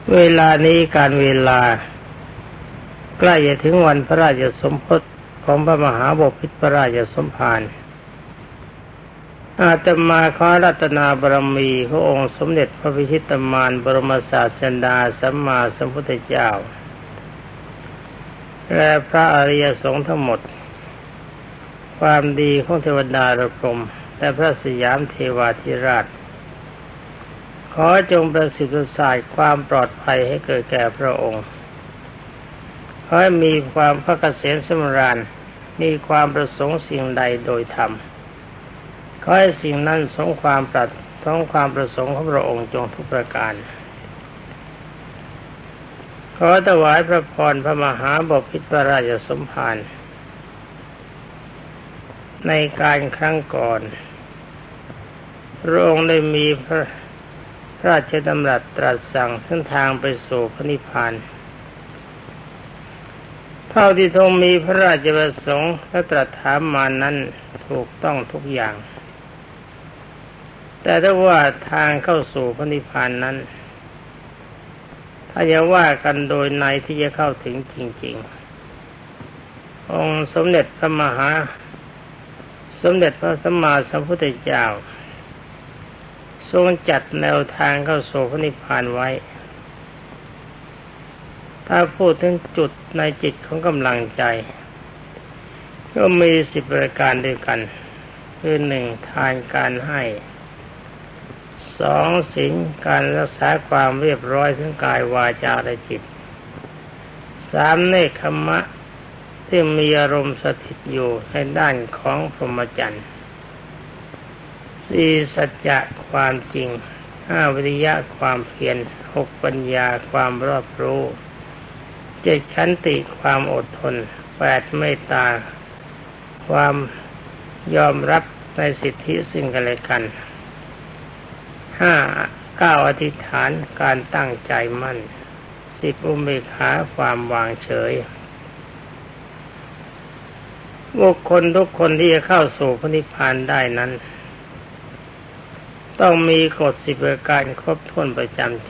เวลานี้การเวลาใกล้จะถึงวันพระราชสมภพของพระมหาบพิตรพระราชสมภารอาตมาขอรัตนาบารมีขององค์สมเด็จพระพิชิตมารบรมศาสดาสัมมาสัมพุทธเจ้าและพระอริยสงฆ์ทั้งหมดความดีของเทวดาและพรหมและพระสยามเทวาธิราชขอจงประสิทธิ์ประสาทความปลอดภัยให้เกิดแก่พระองค์ขอให้มีความพระเกษมสำราญมีความประสงค์สิ่งใดโดยธรรมขอให้สิ่งนั้นสมความปรารถนาความประสงค์ของพระองค์จงทุกประการขอถวายพระพรพระมหาบพิตรพระราชสมภารในการครั้งก่อนพระองค์ได้มีพระราชดำรัสตรัสสั่งเส้นทางไปสู่พระนิพพานเท่าที่ทรงมีพระราชประสงค์และตรัสถามมานั้นถูกต้องทุกอย่างแต่ถ้าว่าทางเข้าสู่พระนิพพานนั้นถ้าจะว่ากันโดยในที่จะเข้าถึงจริงๆองค์สมเด็จพระมหาสมเด็จพระสัมมาสัมพุทธเจ้าทรงจัดแนวทางเข้าสู่พระนิพพานไว้ถ้าพูดถึงจุดในจิตของกำลังใจก็มี10ประการด้วยกันคือ1ทานการให้2ศีลการรักษาความเรียบร้อยทั้งกายวาจาและจิต3เนคขมะที่มีอารมณ์สถิตอยู่ในด้านของพรหมจรรย์4สัจจะความจริง5วิริยะความเพียร6ปัญญาความรอบรู้7ขันติความอดทน8เมตตาความยอมรับในสิทธิซึ่งกันและกัน9อธิษฐานการตั้งใจมั่น10อุเบกขาความวางเฉยบุคคลทุกคนที่จะเข้าสู่พระนิพพานได้นั้นต้องมีกฎ10ประการครบถ้วนประจำใจ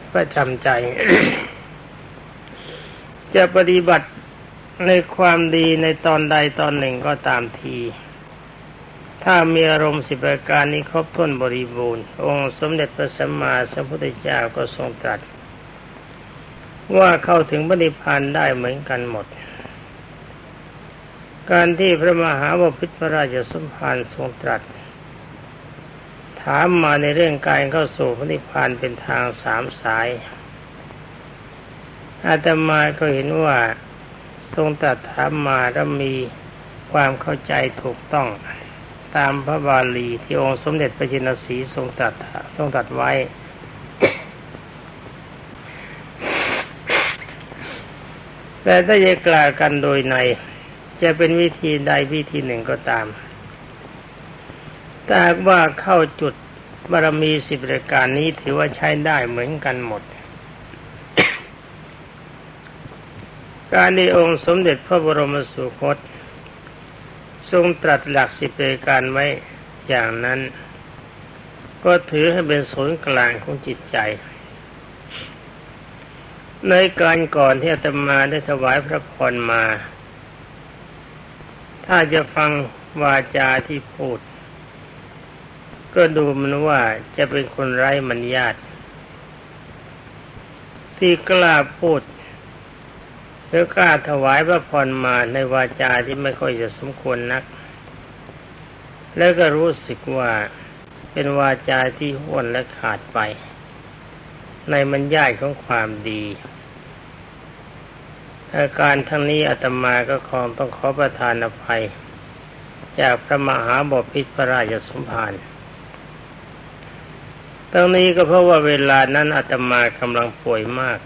จะปฏิบัติในความดีในตอนใดตอนหนึ่งก็ตามทีถ้ามีอารมณ์10ประการนี้ครบถ้วนบริบูรณ์องค์สมเด็จพระสัมมาสัมพุทธเจ้าก็ทรงตรัสว่าเข้าถึงพระนิพพานได้เหมือนกันหมดการที่พระมหาบพิตรพระราชสมภารทรงตรัสถามมาในเรื่องการเข้าสู่พระนิพพานเป็นทาง3สายอาตมาก็เห็นว่าทรงตรัสถามมาและมีความเข้าใจถูกต้องตามพระบาลีที่องค์สมเด็จพระจินสีทรงตรัสไว้แต่ถ้าจะกล่าวกันโดยในจะเป็นวิธีใดวิธีหนึ่งก็ตามแต่หากว่าเข้าจุดบารมี10ประการนี้ถือว่าใช้ได้เหมือนกันหมดการที่องค์สมเด็จพระบรมสุคตทรงตรัสหลัก10ประการไว้อย่างนั้นก็ถือให้เป็นศูนย์กลางของจิตใจในการก่อนที่อาตมาได้ถวายพระพรมาถ้าจะฟังวาจาที่พูดก็ดูมันว่าจะเป็นคนไร้มารยาทที่กล้าพูดแล้วกล้าถวายพระพรมาในวาจาที่ไม่ค่อยจะสมควรนักแล้วก็รู้สึกว่าเป็นวาจาที่ห้วนและขาดไปในมารยาทของความดีอาการทั้งนี้อาตมาก็คงต้องขอประทานอภัยจากพระมหาบพิตรพระราชสมภารทั้งนี้ก็เพราะว่าเวลานั้นอาตมากำลังป่วยมาก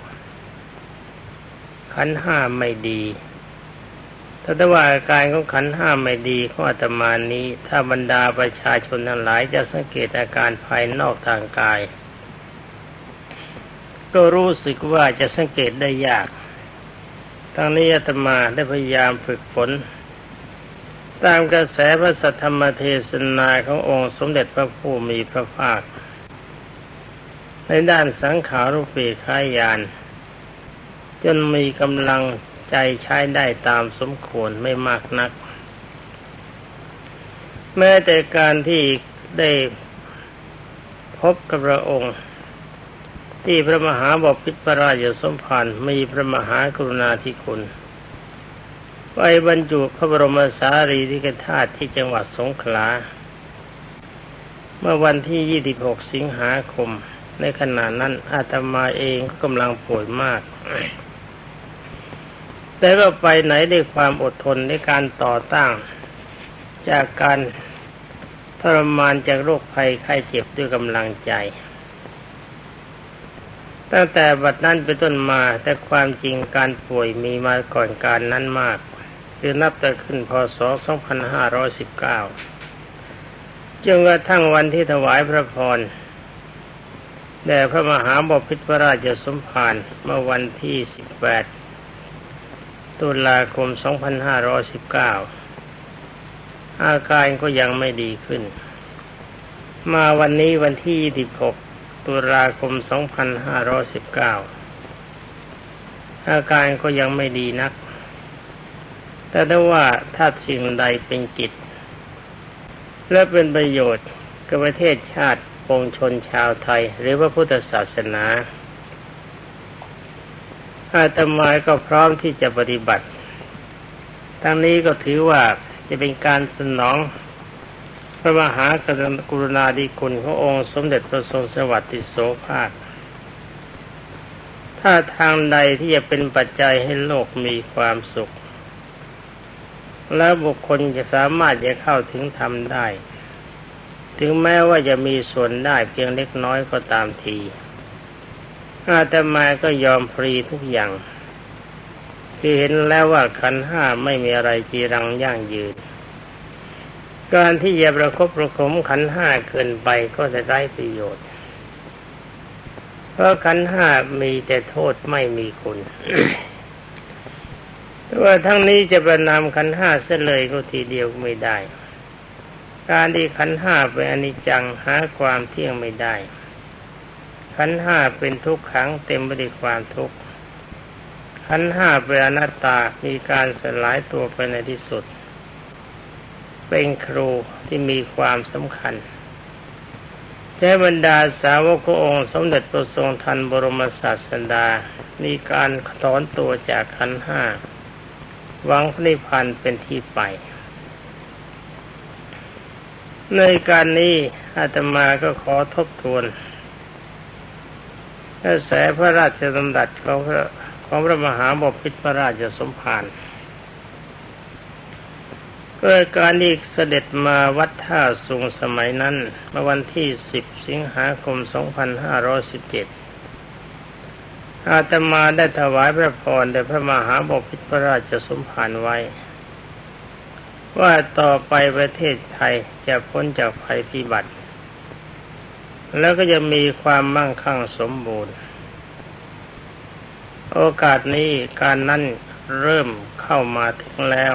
ขันธ์5ไม่ดีถ้าว่าอาการของขันธ์5ไม่ดีของอาตมานี้ถ้าบรรดาประชาชนทั้งหลายจะสังเกตอาการภายนอกทางกายก็รู้สึกว่าจะสังเกตได้ยากทั้งนี้อาตมาได้พยายามฝึกฝนตามกระแสพระสัทธรรมเทศนาขององค์สมเด็จพระผู้มีพระภาคในด้านสังขารุปปีฆายานจนมีกำลังใจใช้ได้ตามสมควรไม่มากนักแม้แต่การที่ได้พบกับพระองค์ที่พระมหาบพิตรราชสมภารมีพระมหากรุณาธิคุณไปบรรจุพระบรมสารีริกธาตุที่จังหวัดสงขลาเมื่อวันที่ 26 สิงหาคมในขณะนั้นอาตมาเองก็กำลังป่วยมากแต่ก็ไปไหนด้วยความอดทนในการต่อต้านจากการทรมานจากโรคภัยไข้เจ็บด้วยกำลังใจตั้งแต่บัดนั้นเป็นต้นมาแต่ความจริงการป่วยมีมาก่อนการนั้นมากคือนับแต่ขึ้นพ.ศ. 2519จนกระทั่งวันที่ถวายพระพรแด่พระมหาบพิตรราชสมภารเมื่อวันที่ 18 ตุลาคม 2519อาการก็ยังไม่ดีขึ้นมาวันนี้วันที่ 26 ตุลาคม 2519อาการก็ยังไม่ดีนักแต่ถ้าว่าถ้าสิ่งใดเป็นกิจและเป็นประโยชน์กับประเทศชาติปวงชนชาวไทยหรือว่าพุทธศาสนาอาตมาก็พร้อมที่จะปฏิบัติทั้งนี้ก็ถือว่าจะเป็นการสนองพระมหากรุณาธิคุณขององค์สมเด็จพระทรงสวัสดิโสภาคถ้าทางใดที่จะเป็นปัจจัยให้โลกมีความสุขและบุคคลจะสามารถจะเข้าถึงธรรมได้ถึงแม้ว่าจะมีส่วนได้เพียงเล็กน้อยก็ตามทีอาตมาก็ยอมฟรีทุกอย่างที่เห็นแล้วว่าขันธ์ห้าไม่มีอะไรจีรังยั่งยืนการที่จะประคบประคมขันธ์ห้าเกินไปก็จะไร้ประโยชน์เพราะขันธ์ห้ามีแต่โทษไม่มีคุณ แต่ว่าทั้งนี้จะประนามขันธ์ห้าเสียเลยก็ทีเดียวไม่ได้การที่ขันธ์ห้าเป็นอนิจจังหาความเที่ยงไม่ได้ขันธ์ห้าเป็นทุกขังเต็มไปด้วยความทุกข์ขันธ์ห้าเป็นอนัตตามีการสลายตัวไปในที่สุดเป็นครูที่มีความสำคัญแก่บรรดาสาวกขององค์สมเด็จพระทรงทันบรมศาสดามีการถอนตัวจากขันธ์ห้าหวังนิพพานเป็นที่ไปในการนี้อาตมาก็ขอทบทวนกระแสพระราชดำรัสของพระมหาบพิตรราชสมภารเกิดการที่เสด็จมาวัดท่าสูงสมัยนั้นเมื่อวันที่ 10 สิงหาคม 2517อาตมาได้ถวายพระพรแด่พระมหาบพิตรราชสมภารไว้ว่าต่อไปประเทศไทยจะพ้นจากภัยพิบัติแล้วก็จะมีความมั่งคั่งสมบูรณ์โอกาสนี้การนั้นเริ่มเข้ามาถึงแล้ว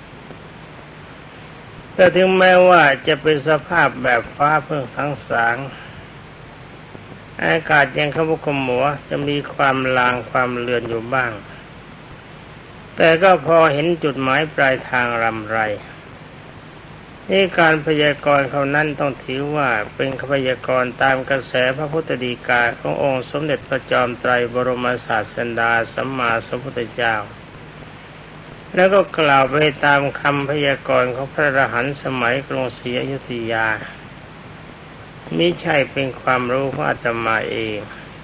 แต่ถึงแม้ว่าจะเป็นสภาพแบบฟ้าเพิ่งสางๆอากาศยังขมุกขมัวจะมีความลางความเลือนอยู่บ้างแต่ก็พอเห็นจุดหมายปลายทางรำไรนี่การพยากรณ์เขานั้นต้องถือว่าเป็นพยากรณ์ตามกระแสพระพุทธฎีกาขององค์สมเด็จพระจอมไตรบรมศาสดาสัมมาสัมพุทธเจ้าแล้วก็กล่าวไปตามคำพยากรณ์ของพระอรหันต์สมัยกรุงศรีอยุธยามิใช่เป็นความรู้ของอาตมาเอง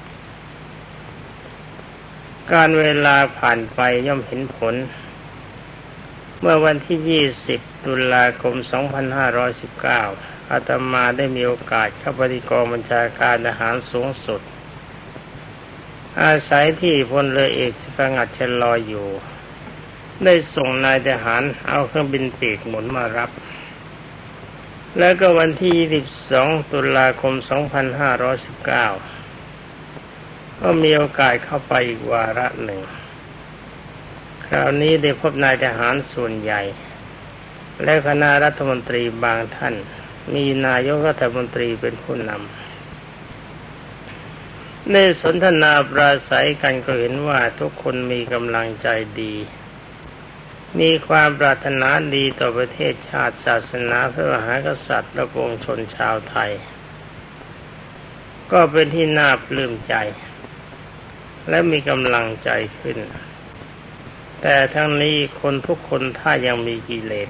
การเวลาผ่านไปย่อมเห็นผลเมื่อวันที่ 20 ตุลาคม 2519 อาตมาได้มีโอกาสเข้าไปที่กองบัญชาการทหารสูงสุดอาศัยที่พลเรือเอกประงัดชะลออยู่ได้ส่งนายทหารเอาเครื่องบินปีกหมุนมารับแล้วก็วันที่ 22 ตุลาคม 2519 ก็มีโอกาสเข้าไปอีกวาระหนึ่งคราวนี้ได้พบนายทหารส่วนใหญ่และคณะรัฐมนตรีบางท่านมีนายกรัฐมนตรีเป็นผู้นำได้สนทนาปราศัยกันก็เห็นว่าทุกคนมีกำลังใจดีมีความปรารถนาดีต่อประเทศชาติศาสนาพระมหากษัตริย์และปวงชนชาวไทยก็เป็นที่น่าปลื้มใจและมีกำลังใจขึ้นแต่ทั้งนี้คนทุกคนถ้ายังมีกิเลส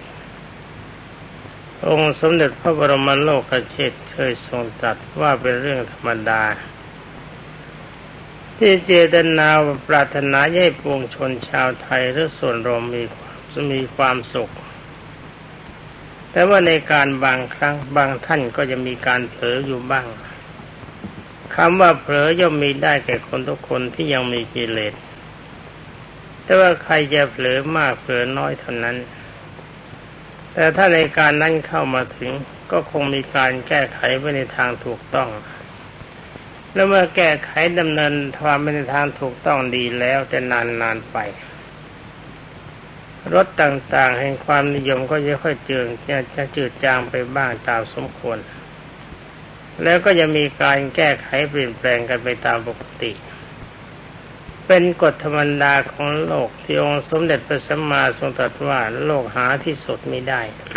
องค์สมเด็จพระบรมโลกเชษฐ์เคยทรงตรัสว่าเป็นเรื่องธรรมดาที่เจตนาปรารถนาให้ปวงชนชาวไทยหรือส่วนรวมมีความสุขแต่ว่าในการบางครั้งบางท่านก็จะมีการเผลออยู่บ้างคำว่าเผลอย่อมมีได้แก่คนทุกคนที่ยังมีกิเลสแต่ว่าใครจะเผลอมากเผลอน้อยเท่านั้นแต่ถ้าในการนั้นเข้ามาถึงก็คงมีการแก้ไขไปในทางถูกต้องแล้วเมื่อแก้ไขดำเนินความไปในทางถูกต้องดีแล้วแต่นานๆไปรสต่างๆแห่งความนิยมก็จะค่อยจะจืดจางไปบ้างตามสมควรแล้วก็จะมีการแก้ไขเปลี่ยนแปลงกันไปตามปกติเป็นกฎธรรมดาของโลกที่องค์สมเด็จพระสัมมาสัมพุทธเจ้าตรัสว่าโลกหาที่สุดมิได้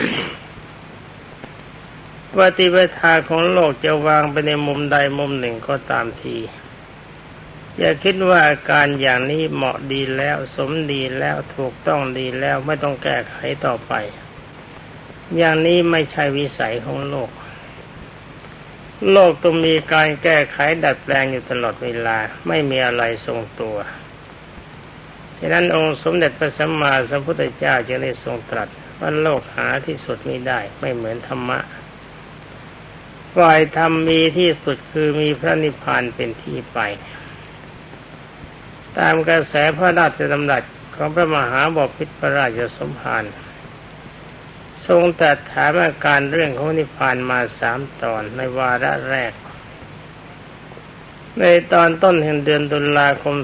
ปฏิปทาของโลกจะวางไปในมุมใดมุมหนึ่งก็ตามทีอย่าคิดว่าการอย่างนี้เหมาะดีแล้วสมดีแล้วถูกต้องดีแล้วไม่ต้องแก้ไขต่อไปอย่างนี้ไม่ใช่วิสัยของโลกโลกต้องมีการแก้ไขดัดแปลงอยู่ตลอดเวลาไม่มีอะไรทรงตัวฉะนั้นองค์สมเด็จพระสัมมาสัมพุทธเจ้าจึงได้ทรงตรัสว่าโลกหาที่สุดมิได้ไม่เหมือนธรรมะฝ่ายธรรมมีที่สุดคือมีพระนิพพานเป็นที่ไปตามกระแสพระราชดำรัสของพระมหาบพิตรพระราชสมภารทรงตรัสถามอาการเรื่องของนิพพานมา3 ตอนในวาระแรกในตอนต้นแห่งเดือนตุลาคม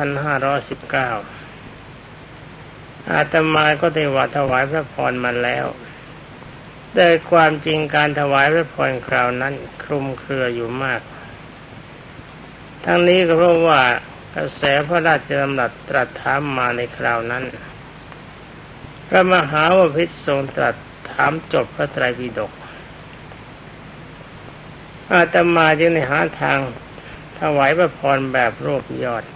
2519 อาตมาก็ได้ว่าถวายพระพรมาแล้วแต่ความจริงการถวายพระพรคราวนั้นคลุมเครืออยู่มากทั้งนี้ก็เพราะว่ากระแสพระราชดำรัสตรัสถามมาในคราวนั้นพระมหาวพิตรทรงตรัสถามจบพระไตรปิฎกอาตมาจึงได้หาทางถวายพระพรแบบรวบยอด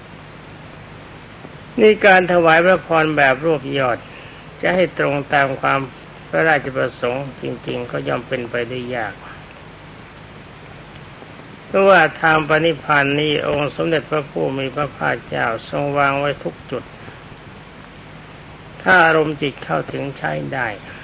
นี่การถวายพระพรแบบรวบยอดจะให้ตรงตามความพระราชประสงค์จริงๆก็ย่อมเป็นไปได้ยากเพราะว่าทางปณิพพานนี้องค์สมเด็จพระผู้มีพระภาคเจ้าทรงวางไว้ทุกจุดถ้าอารมณ์จิตเข้าถึงใช้ได้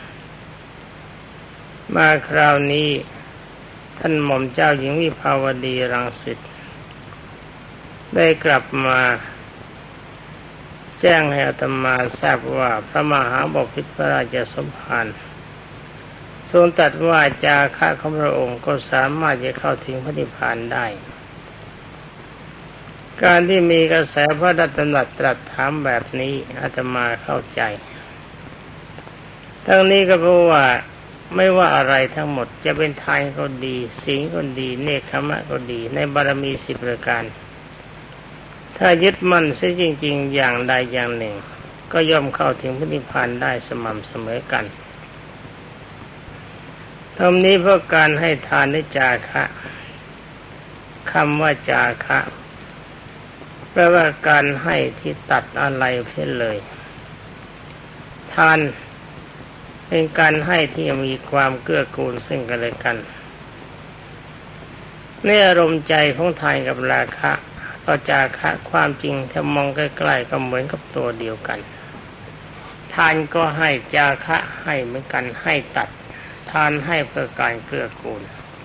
มาคราวนี้ท่านหม่อมเจ้าหญิงวิภาวดีรังสิตได้กลับมาแจ้งให้อาตมาทราบว่าพระมหาบพิตรพระราชสมภารทรงตรัสว่าจาคะของพระองค์ก็สามารถจะเข้าถึงพระนิพพานได้การที่มีกระแสพระดำรัสตรัสถามแบบนี้อาตมาเข้าใจทั้งนี้ก็เพราะว่าไม่ว่าอะไรทั้งหมดจะเป็นทานก็ดีศีลก็ดีเนกขมะก็ดีในบารมี10 ประการถ้ายึดมั่นเสียจริงๆอย่างใดอย่างหนึ่งก็ย่อมเข้าถึงพระนิพพานได้สม่ำเสมอกันตรงนี้เพราะการให้ทานในจาคะคำว่าจาคะแปลว่าการให้ที่ตัดอะไรเพี้ยนเลยทานเป็นการให้ที่มีความเกื้อกูลซึ่งกันและกันในอารมณ์ใจของทานกับราคะก็จาคะความจริงถ้ามองใกล้ๆก็เหมือนกับตัวเดียวกันทานก็ให้จาคะให้เหมือนกันให้ตัดทานให้เพื่อการเกื้อกูล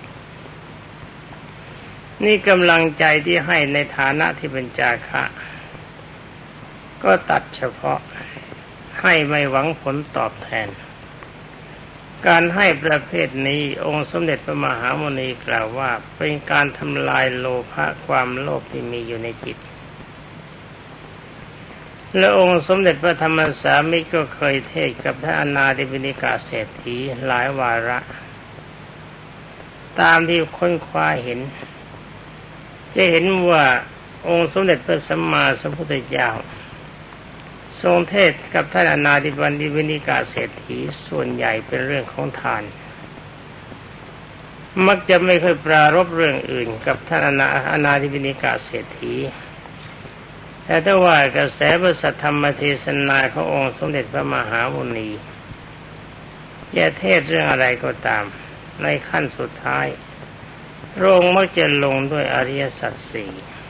นี่กำลังใจที่ให้ในฐานะที่เป็นจาคะก็ตัดเฉพาะให้ไม่หวังผลตอบแทนการให้ประเภทนี้องค์สมเด็จพระมหาโมนีกล่าวว่าเป็นการทำลายโลภะความโลภที่มีอยู่ในจิตและองค์สมเด็จพระธรรมสามิตรก็เคยเทศกับพระอนาถบิณฑิกาเศรษฐีหลายวาระตามที่ค้นคว้าเห็นจะเห็นว่าองค์สมเด็จพระสัมมาสัมพุทธเจ้าทรงเทศกับท่านอนาถบิณฑิตวินิกาเศรษฐีส่วนใหญ่เป็นเรื่องของทานมักจะไม่ค่อยปรารภเรื่องอื่นกับท่านอนาถบิณฑิกาเศรษฐีแต่ถ้าว่ากระแสพระสัทธรรมเทศนาขององค์สมเด็จพระมหามุนีจะเทศเรื่องอะไรก็ตามในขั้นสุดท้ายพระองค์มักจะลงด้วยอริยสัจสี่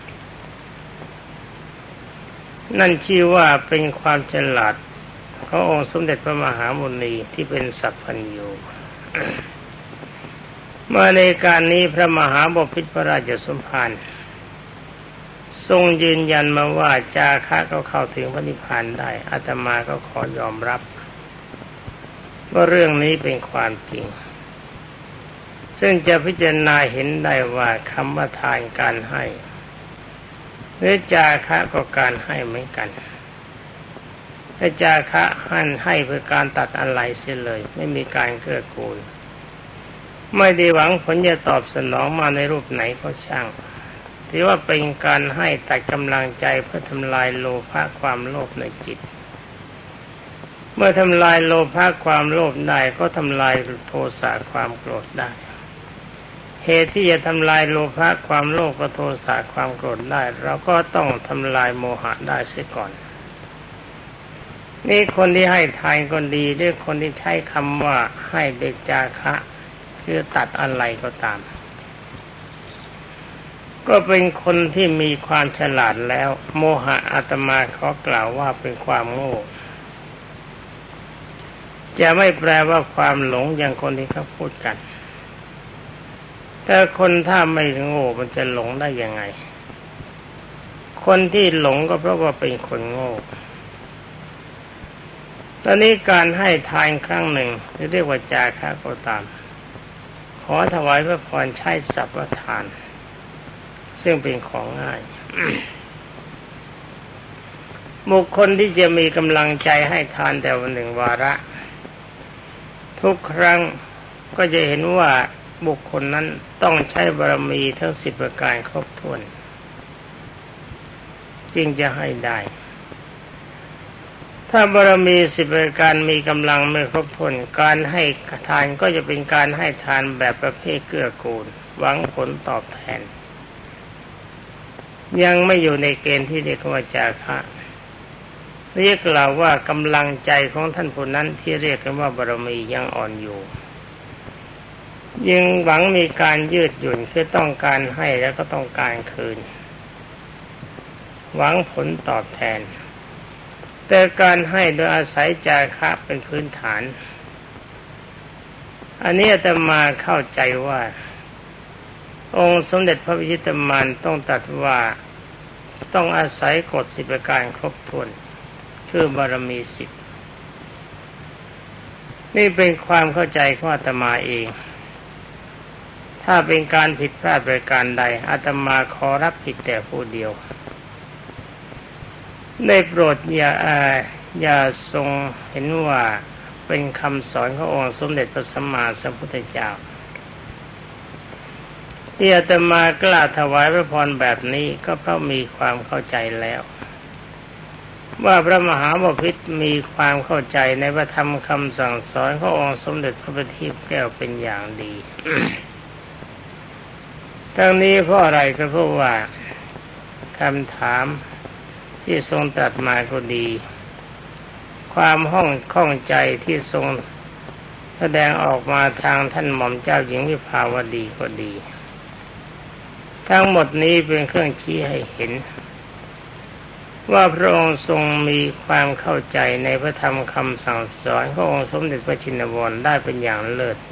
นั่นชื่อว่าเป็นความฉลาดขององค์สมเด็จพระมหามุนีที่เป็นสัพพัญญู เมื่อในการนี้พระมหาบพิตรพระราชสมภารทรงยืนยันมาว่าจาคะก็เข้าถึงพระนิพพานได้อาตมาก็ขอยอมรับว่าเรื่องนี้เป็นความจริงซึ่งจะพิจารณาเห็นได้ว่าคำว่าทานการให้หรือจาคะก็การให้เหมือนกันถ้าจาคะให้เพื่อการตัดอะไรเสียเลยไม่มีการเกื้อกูลไม่ได้หวังผลจะตอบสนองมาในรูปไหนก็ช่างถือว่าเป็นการให้ตัดกำลังใจเพื่อทำลายโลภะความโลภในจิตเมื่อทำลายโลภะความโลภได้ก็ทำลายโทสะความโกรธได้เหตุที่จะทำลายโลภะความโลภกับโทสะความโกรธได้เราก็ต้องทำลายโมหะได้เสียก่อนนี่คนที่ให้ทานก็ดีหรือคนที่ใช้คำว่าให้เดจาคะคือตัดอะไรก็ตามก็เป็นคนที่มีความฉลาดแล้วโมหะอาตมาขอกล่าวว่าเป็นความโง่จะไม่แปลว่าความหลงอย่างคนที่เขาพูดกันแต่คนถ้าไม่โง่มันจะหลงได้ยังไงคนที่หลงก็เพราะว่าเป็นคนโง่ตอนนี้การให้ทานครั้งหนึ่งที่เรียกว่าจาคะก็ตามขอถวายพระพรใช้สัพพทานซึ่งเป็นของง่าย บุคคลที่จะมีกำลังใจให้ทานแต่วันหนึ่งวาระทุกครั้งก็จะเห็นว่าบุคคลนั้นต้องใช้บารมีทั้ง10ประการครบถ้วนจึงจะให้ได้ถ้าบารมี10ประการมีกำลังไม่ครบถ้วนการให้ทานก็จะเป็นการให้ทานแบบประเภทเกื้อกูลหวังผลตอบแทนยังไม่อยู่ในเกณฑ์ที่เรียกว่าจาคะเรียกล่าวว่ากำลังใจของท่านผู้นั้นที่เรียกกันว่าบารมียังอ่อนอยู่ยังหวังมีการยืดหยุ่นคือต้องการให้แล้วก็ต้องการคืนหวังผลตอบแทนแต่การให้โดยอาศัยจาคะเป็นพื้นฐานอันนี้อาตมาเข้าใจว่าองค์สมเด็จพระพิชิตมารต้องตรัสว่าต้องอาศัยกฎ10ประการครบถ้วนคือบารมี10นี่เป็นความเข้าใจของอาตมาเองถ้าเป็นการผิดพลาดประการใดอาตมาขอรับผิดแต่ผู้เดียวได้โปรดอย่าทรงเห็นว่าเป็นคำสอนขององค์สมเด็จพระสัมมาสัมพุทธเจ้าที่อาตมากล้าถวายพระพรแบบนี้ก็เพราะมีความเข้าใจแล้วว่าพระมหาบพิตรมีความเข้าใจในพระธรรมคำสั่งสอนขององค์สมเด็จพระบัณฑิตแก้วเป็นอย่างดี ทั้งนี้เพราะอะไรก็เพราะว่าคำถามที่ทรงตรัสมาก็ดีความข้องใจที่ทรงแสดงออกมาทางท่านหม่อมเจ้าหญิงวิภาวดีก็ดีทั้งหมดนี้เป็นเครื่องชี้ให้เห็นว่าพระองค์ทรงมีความเข้าใจในพระธรรมคำสั่งสอนขององค์สมเด็จพระชินวรได้เป็นอย่างเลิศ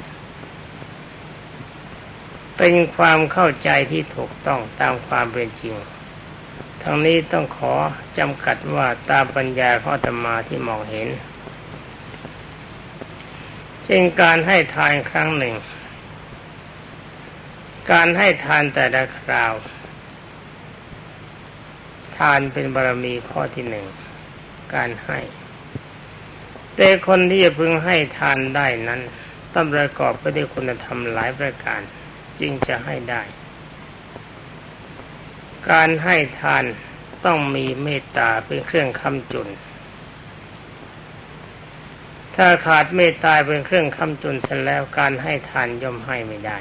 เป็นความเข้าใจที่ถูกต้องตามความเป็นจริงทั้งนี้ต้องขอจำกัดว่าตามปัญญาของอาตมาที่มองเห็นเช่นการให้ทานครั้งหนึ่งการให้ทานแต่ละคราวทานเป็นบารมีข้อที่1การให้แต่คนที่จะพึงให้ทานได้นั้นต้องประกอบไปด้วยคุณธรรมหลายประการจึงจะให้ได้การให้ทานต้องมีเมตตาเป็นเครื่องค้ำจุนถ้าขาดเมตตาเป็นเครื่องค้ำจุนเสร็จแล้วการให้ทานย่อมให้ไม่ได้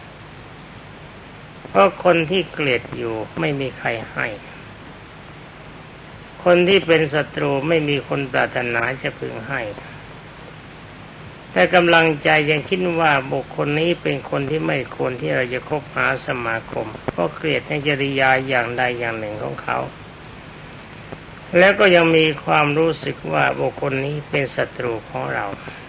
เพราะคนที่เกลียดอยู่ไม่มีใครให้คนที่เป็นศัตรูไม่มีคนปรารถนาจะพึงให้แต่กำลังใจยังคิดว่าบุคคลนี้เป็นคนที่ไม่ควรที่เราจะคบหาสมาคมเพราะเกลียดในจริยาอย่างใดอย่างหนึ่งของเขาแล้วก็ยังมีความรู้สึกว่าบุคคลนี้เป็นศัตรูของเรา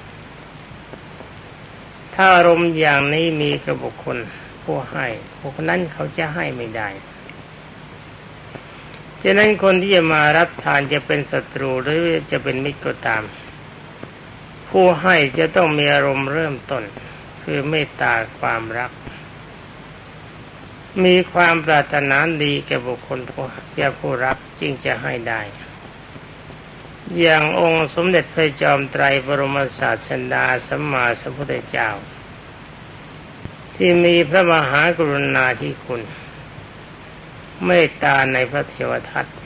ถ้าอารมณ์อย่างนี้มีกับบุคคลผู้ให้บุคคลนั้นเขาจะให้ไม่ได้ฉะนั้นคนที่จะมารับทานจะเป็นศัตรูหรือจะเป็นมิตรก็ตามผู้ให้จะต้องมีอารมณ์เริ่มต้นคือเมตตาความรักมีความปรารถนาดีแก่บุคคลผู้รับจึงจะให้ได้อย่างองค์สมเด็จพระจอมไตรบรมศาสดาสัมมาสัมพุทธเจ้าที่มีพระมหากรุณาธิคุณเมตตาในพระเทวทัต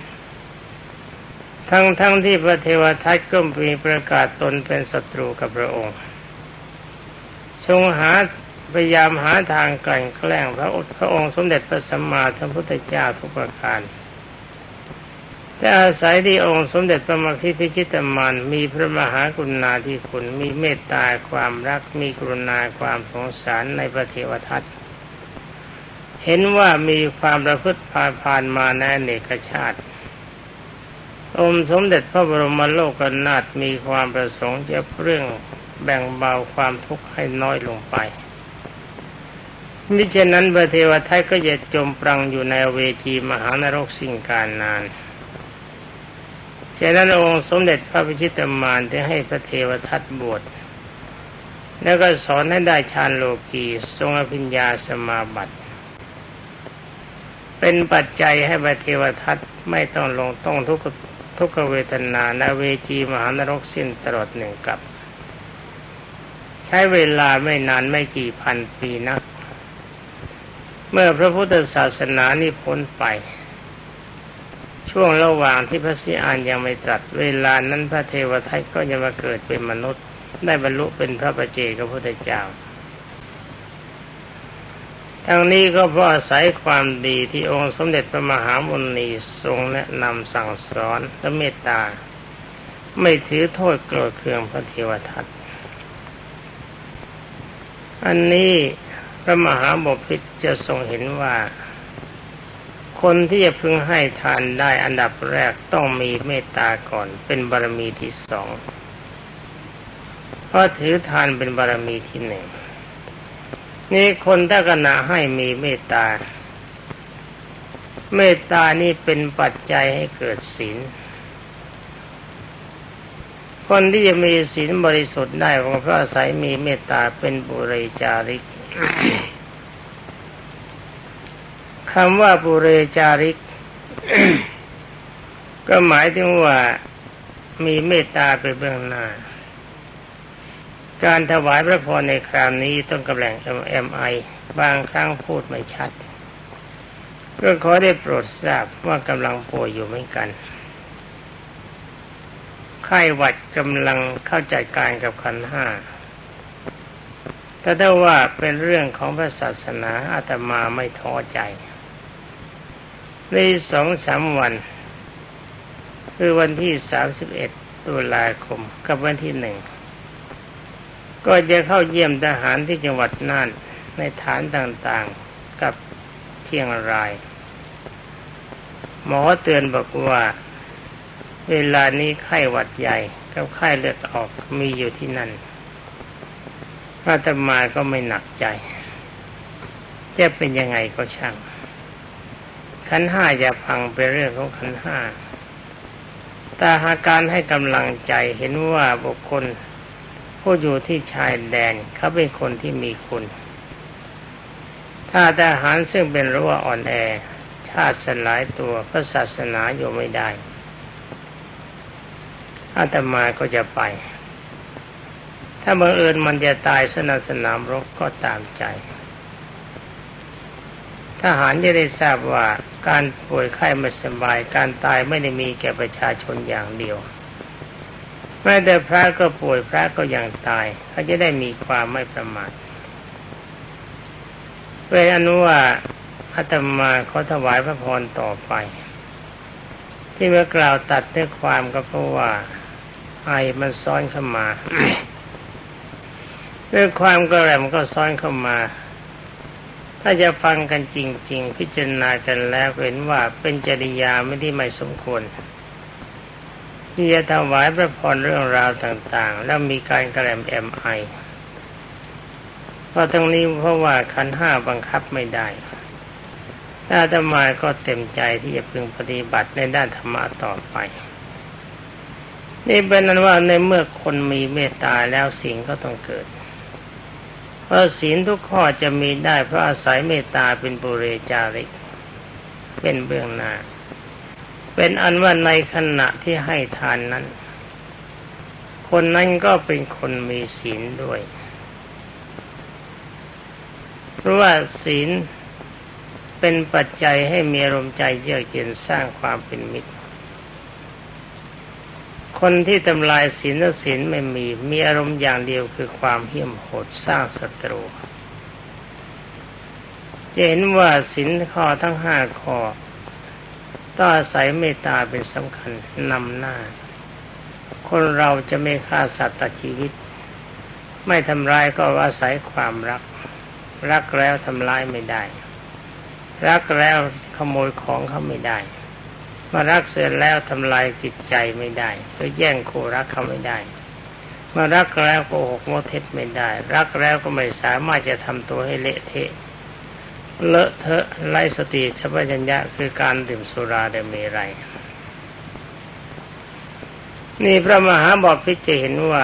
ทั้งที่พระเทวทัตก็มีประกาศตนเป็นศัตรูกับพระองค์ทรงพยายามหาทางกลั่นแกล้งพระองค์สมเด็จพระสัมมาสัมพุทธเจ้าทุกประการแต่อาศัยที่องค์สมเด็จพระมคคิพิชิตมารมีพระมหากรุณาธิคุณมีเมตตาความรักมีกรุณาความสงสารในพระเทวทัตเห็นว่ามีความประพฤติผ่านมาในอเนกชาติองค์สมเด็จพระบรมโลกนาถมีความประสงค์จะเรื่องแบ่งเบาความทุกข์ให้น้อยลงไปมิฉะนั้นพระเทวทัตก็จะจมปลังอยู่ในเวจีมหานรกสิ้นกาลนานฉะนั้นองค์สมเด็จพระพิชิตมารได้ให้พระเทวทัตบวชแล้วก็สอนให้ได้ฌานโลกีทรงอภิญญาสมาบัติเป็นปัจจัยให้พระเทวทัตไม่ต้องลงต้องทุกขเวทนาในเวจีมหานรกสิ้นตลอดหนึ่งกับใช้เวลาไม่นานไม่กี่พันปีนักเมื่อพระพุทธศาสนานี้พ้นไปช่วงระหว่างที่พระศรีอานยังไม่ตรัสเวลานั้นพระเทวทัตก็จะมาเกิดเป็นมนุษย์ได้บรรลุเป็นพระปัจเจกพุทธเจ้าทั้งนี้ก็เพราะอาศัยความดีที่องค์สมเด็จพระมหามุนีทรงแนะนำสั่งสอนและเมตตาไม่ถือโทษโกรธเคืองพระเทวทัตอันนี้พระมหาบพิตรจะทรงเห็นว่าคนที่จะพึงให้ทานได้อันดับแรกต้องมีเมตตาก่อนเป็นบารมีที่สองเพราะถือทานเป็นบารมีที่หนึ่งนี่คนถ้าขณะให้มีเมตตาเมตตานี่เป็นปัจจัยให้เกิดศีลคนที่จะมีศีลบริสุทธิ์ได้เพราะอาศัยมีเมตตาเป็นปุเรจาริก คำว่าปุเรจาริก ก็หมายถึงว่ามีเมตตาเป็นเบื้องหน้าการถวายพระพรในคราวนี้ต้องกำแหล่ง MI บางครั้งพูดไม่ชัดก็ขอได้โปรดทราบว่ากำลังป่วยอยู่เหมือนกันไข้หวัดกำลังเข้าจัดการกับขันธ์ห้าแต่ถ้าว่าเป็นเรื่องของพระศาสนาอาตมาไม่ท้อใจใน 2-3 วันคือวันที่31ตุลาคมกับวันที่1ก็จะเข้าเยี่ยมทหารที่จังหวัดน่านในฐานต่างๆกับเชียงรายหมอเตือนบอกว่าเวลานี้ไข้หวัดใหญ่กับไข้เลือดออกมีอยู่ที่นั่นอาตมาก็ไม่หนักใจจะเป็นยังไงก็ช่างขันธ์ห้าอย่าพังไปเรื่องของขันธ์ห้าแต่หากการให้กำลังใจเห็นว่าบุคคลผู้อยู่ที่ชายแดนเขาเป็นคนที่มีคุณถ้าทหารซึ่งเป็นรั้วอ่อนแอชาติสลายตัวพระศาสนาอยู่ไม่ได้อาตมาก็จะไปถ้าบังเอิญมันจะตายสนามรบก็ตามใจทหารจะได้ทราบว่าการป่วยไข้ไม่สบายการตายไม่ได้มีแก่ประชาชนอย่างเดียวแม้แต่พระก็ป่วยพระก็ยังตายเขาจะได้มีความไม่ประมาทเป็นอนุว่าอาตมาขอถวายพระพรต่อไปที่เมื่อกล่าวตัดเนื้อความก็เพราะว่าไอมันซ้อนเข้ามา ด้วยความกระแหลมก็ซ้อนเข้ามาถ้าจะฟังกันจริงๆพิจารณากันแล้วเห็นว่าเป็นจริยาไม่สมควรที่จะถวายพระพรเรื่องราวต่างๆแล้วมีการกระแหลมแอมไอเพราะทั้งนี้เพราะว่าขันธ์ห้าบังคับไม่ได้อาตมาก็เต็มใจที่จะพึงปฏิบัติในด้านธรรมะต่อไปนี่เป็นนั้นว่าในเมื่อคนมีเมตตาแล้วศีลก็ต้องเกิดเพราะศีลทุกข้อจะมีได้เพราะอาศัยเมตตาเป็นปุเรจาริกเป็นเบื้องหน้าเป็นอันว่าในขณะที่ให้ทานนั้นคนนั้นก็เป็นคนมีศีลด้วยเพราะว่าศีลเป็นปัจจัยให้มีอารมณ์ใจเยือกเย็นสร้างความเป็นมิตรคนที่ทำลายศีลและศีลไม่มีอารมณ์อย่างเดียวคือความเหี้ยมโหดสร้างศัตรูจะเห็นว่าศีลข้อทั้งห้าข้อต้องอาศัยเมตตาเป็นสำคัญนำหน้าคนเราจะไม่ฆ่าสัตว์ตัดชีวิตไม่ทำร้ายก็อาศัยความรักแล้วทำร้ายไม่ได้รักแล้วขโมยของเขาไม่ได้มารักเสร็จแล้วทำลายจิตใจไม่ได้หรือแย่งคู่รักเขาไม่ได้มารักแล้วโกหกโมเท็จไม่ได้รักแล้วก็ไม่สามารถจะทำตัวให้เละเทะเลอะเทอะไร้สติสัมปชัญญะคือการดื่มสุราและเมรัยนี่พระมหาบพิตรจะเห็นว่า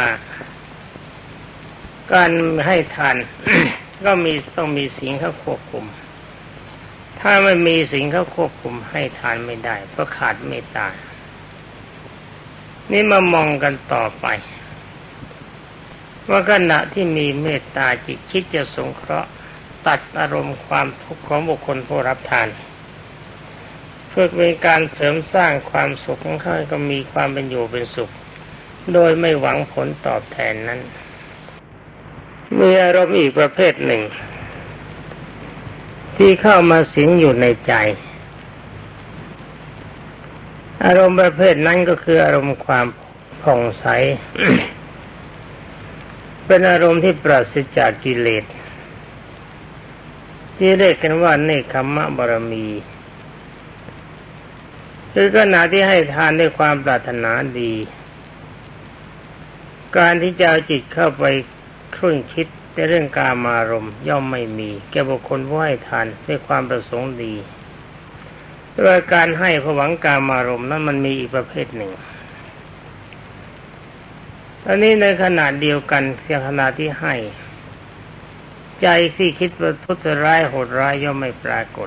การให้ทาน ก็ต้องมีสิ่งเข้าควบคุมถ้าไม่มีสิ่งเข้าควบคุมให้ทานไม่ได้เพราะขาดเมตตานี่มามองกันต่อไปว่าขณะที่มีเมตตาจิตคิดจะสงเคราะห์ตัดอารมณ์ความทุกข์ของบุคคลผู้รับทานเพื่อเป็นการเสริมสร้างความสุขของเขาก็มีความเป็นอยู่เป็นสุขโดยไม่หวังผลตอบแทนนั้นมีอารมณ์อีกประเภทหนึ่งที่เข้ามาสิงอยู่ในใจอารมณ์ประเภทนั้นก็คืออารมณ์ความผ่องใส เป็นอารมณ์ที่ปราศจากกิเลสที่เรียกกันว่าเนคขมะบารมีคือขณะที่ให้ทานด้วยความปรารถนาดีการที่จะเอาจิตเข้าไปครุ่นคิดในเรื่องกามารมณ์ย่อมไม่มีแก่บุคคลผู้ให้ทานด้วยความประสงค์ดีโดยการให้เพื่อหวังกามารมณ์นั้นมันมีอีกประเภทหนึ่งอันนี้ในขณะเดียวกันในขณะที่ให้ใจที่คิดว่าทุจริตโหดร้ายย่อมไม่ปรากฏ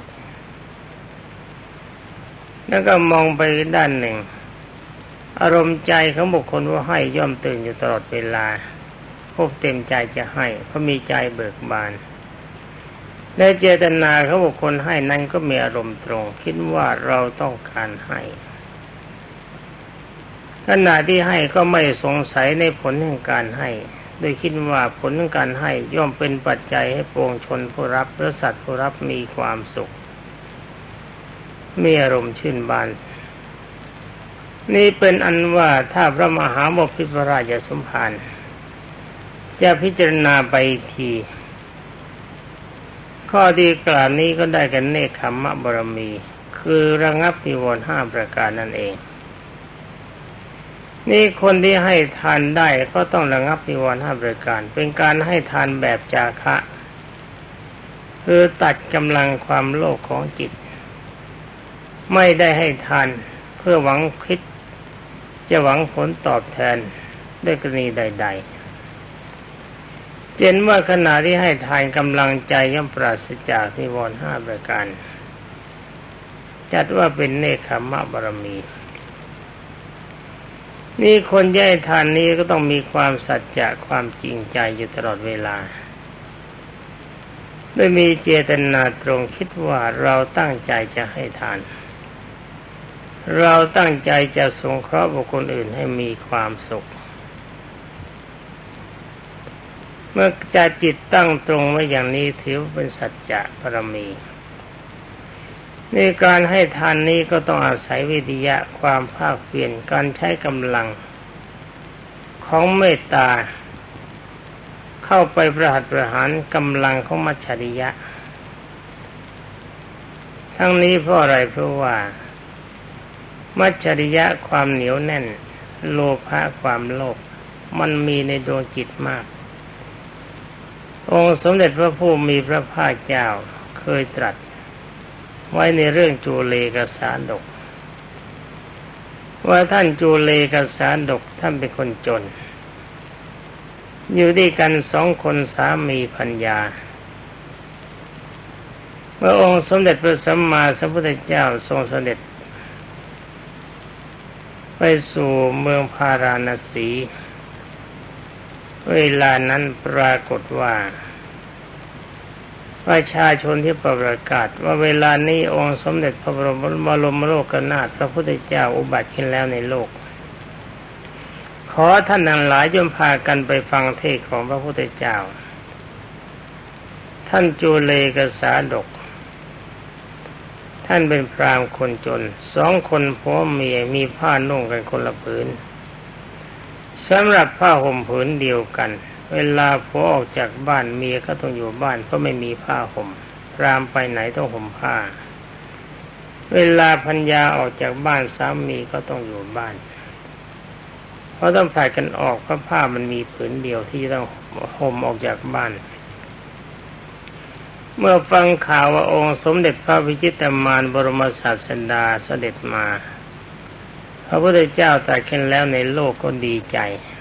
แล้วก็มองไปด้านหนึ่งอารมณ์ใจของบุคคลผู้ให้ย่อมตื่นอยู่ตลอดเวลาพบเต็มใจจะให้เพราะมีใจเบิกบานในเจตนาของบุคคลให้นั้นก็มีอารมณ์ตรงคิดว่าเราต้องการให้ขณะที่ให้ก็ไม่สงสัยในผลแห่งการให้โดยคิดว่าผลของการให้ย่อมเป็นปัจจัยให้ปวงชนผู้รับและสัตว์ผู้รับมีความสุขมีอารมณ์ชื่นบานนี่เป็นอันว่าถ้าพระมหาบพิตรพระราชสมภารจะพิจารณาไปทีข้อดีกล่าวนี้ก็ได้กันเนคขมะบารมีคือระงับนิวรณ์5ประการนั่นเองนี่คนที่ให้ทานได้ก็ต้องระงับนิวรณ์5ประการเป็นการให้ทานแบบจาคะคือตัดกำลังความโลภของจิตไม่ได้ให้ทานเพื่อหวังคิดจะหวังผลตอบแทนด้วยกรณีใดๆเห็นว่าขณะที่ให้ทานกำลังใจย่อมปราศจากนิวรณ์5ประการจัดว่าเป็นเนคขมะบารมีนี่คนที่ให้ทานนี้ก็ต้องมีความสัจจะความจริงใจอยู่ตลอดเวลาได้มีเจตนาตรงคิดว่าเราตั้งใจจะให้ทานเราตั้งใจจะสงเคราะห์บุคคลอื่นให้มีความสุขเมื่อใจจิตตั้งตรงไว้อย่างนี้ถือเป็นสัจจะบารมีในการให้ทานนี้ก็ต้องอาศัยวิริยะความภาคเพียรการใช้กำลังของเมตตาเข้าไปประหัตประหารกำลังของมัจฉริยะทั้งนี้เพราะอะไรเพราะว่ามัจฉริยะความเหนียวแน่นโลภะความโลภมันมีในดวงจิตมากองค์สมเด็จพระผู้มีพระภาคเจ้าเคยตรัสไว้ในเรื่องจูเลกสาดกว่าท่านจูเลกสาดกท่านเป็นคนจนอยู่ด้วยกัน2 คนสามีภรรยาเมื่อองค์สมเด็จพระสัมมาสัมพุทธเจ้าทรงเสด็จไปสู่เมืองพาราณสีเวลานั้นปรากฏว่าประชาชนที่ประกาศว่าเวลานี้องค์สมเด็จพระบรมโลกนาถพระพุทธเจ้าอุบัติขึ้นแล้วในโลกขอท่านทั้งหลายจงพากันไปฟังเทศน์ของพระพุทธเจ้าท่านจูเลกสาดกท่านเป็นพราหมณ์คนจน2 คนผัวเมียมีผ้านุ่งกันคนละผืนสำหรับผ้าห่มผืนเดียวกันเวลาผัวออกจากบ้านเมียก็ต้องอยู่บ้านเพราะไม่มีผ้าห่มพราหมณ์ไปไหนต้องห่มผ้าเวลาภรรยาออกจากบ้านสามีก็ต้องอยู่บ้านเพราะต้องผลัดกันออกเพราะผ้ามันมีผืนเดียวที่ต้องห่มออกจากบ้านเมื่อฟังข่าวว่าองค์สมเด็จพระวิชิตมารบรมศาสดาเสด็จมาพระพุทธเจ้าตรัสขึ้นแล้วในโลกก็ดีใจ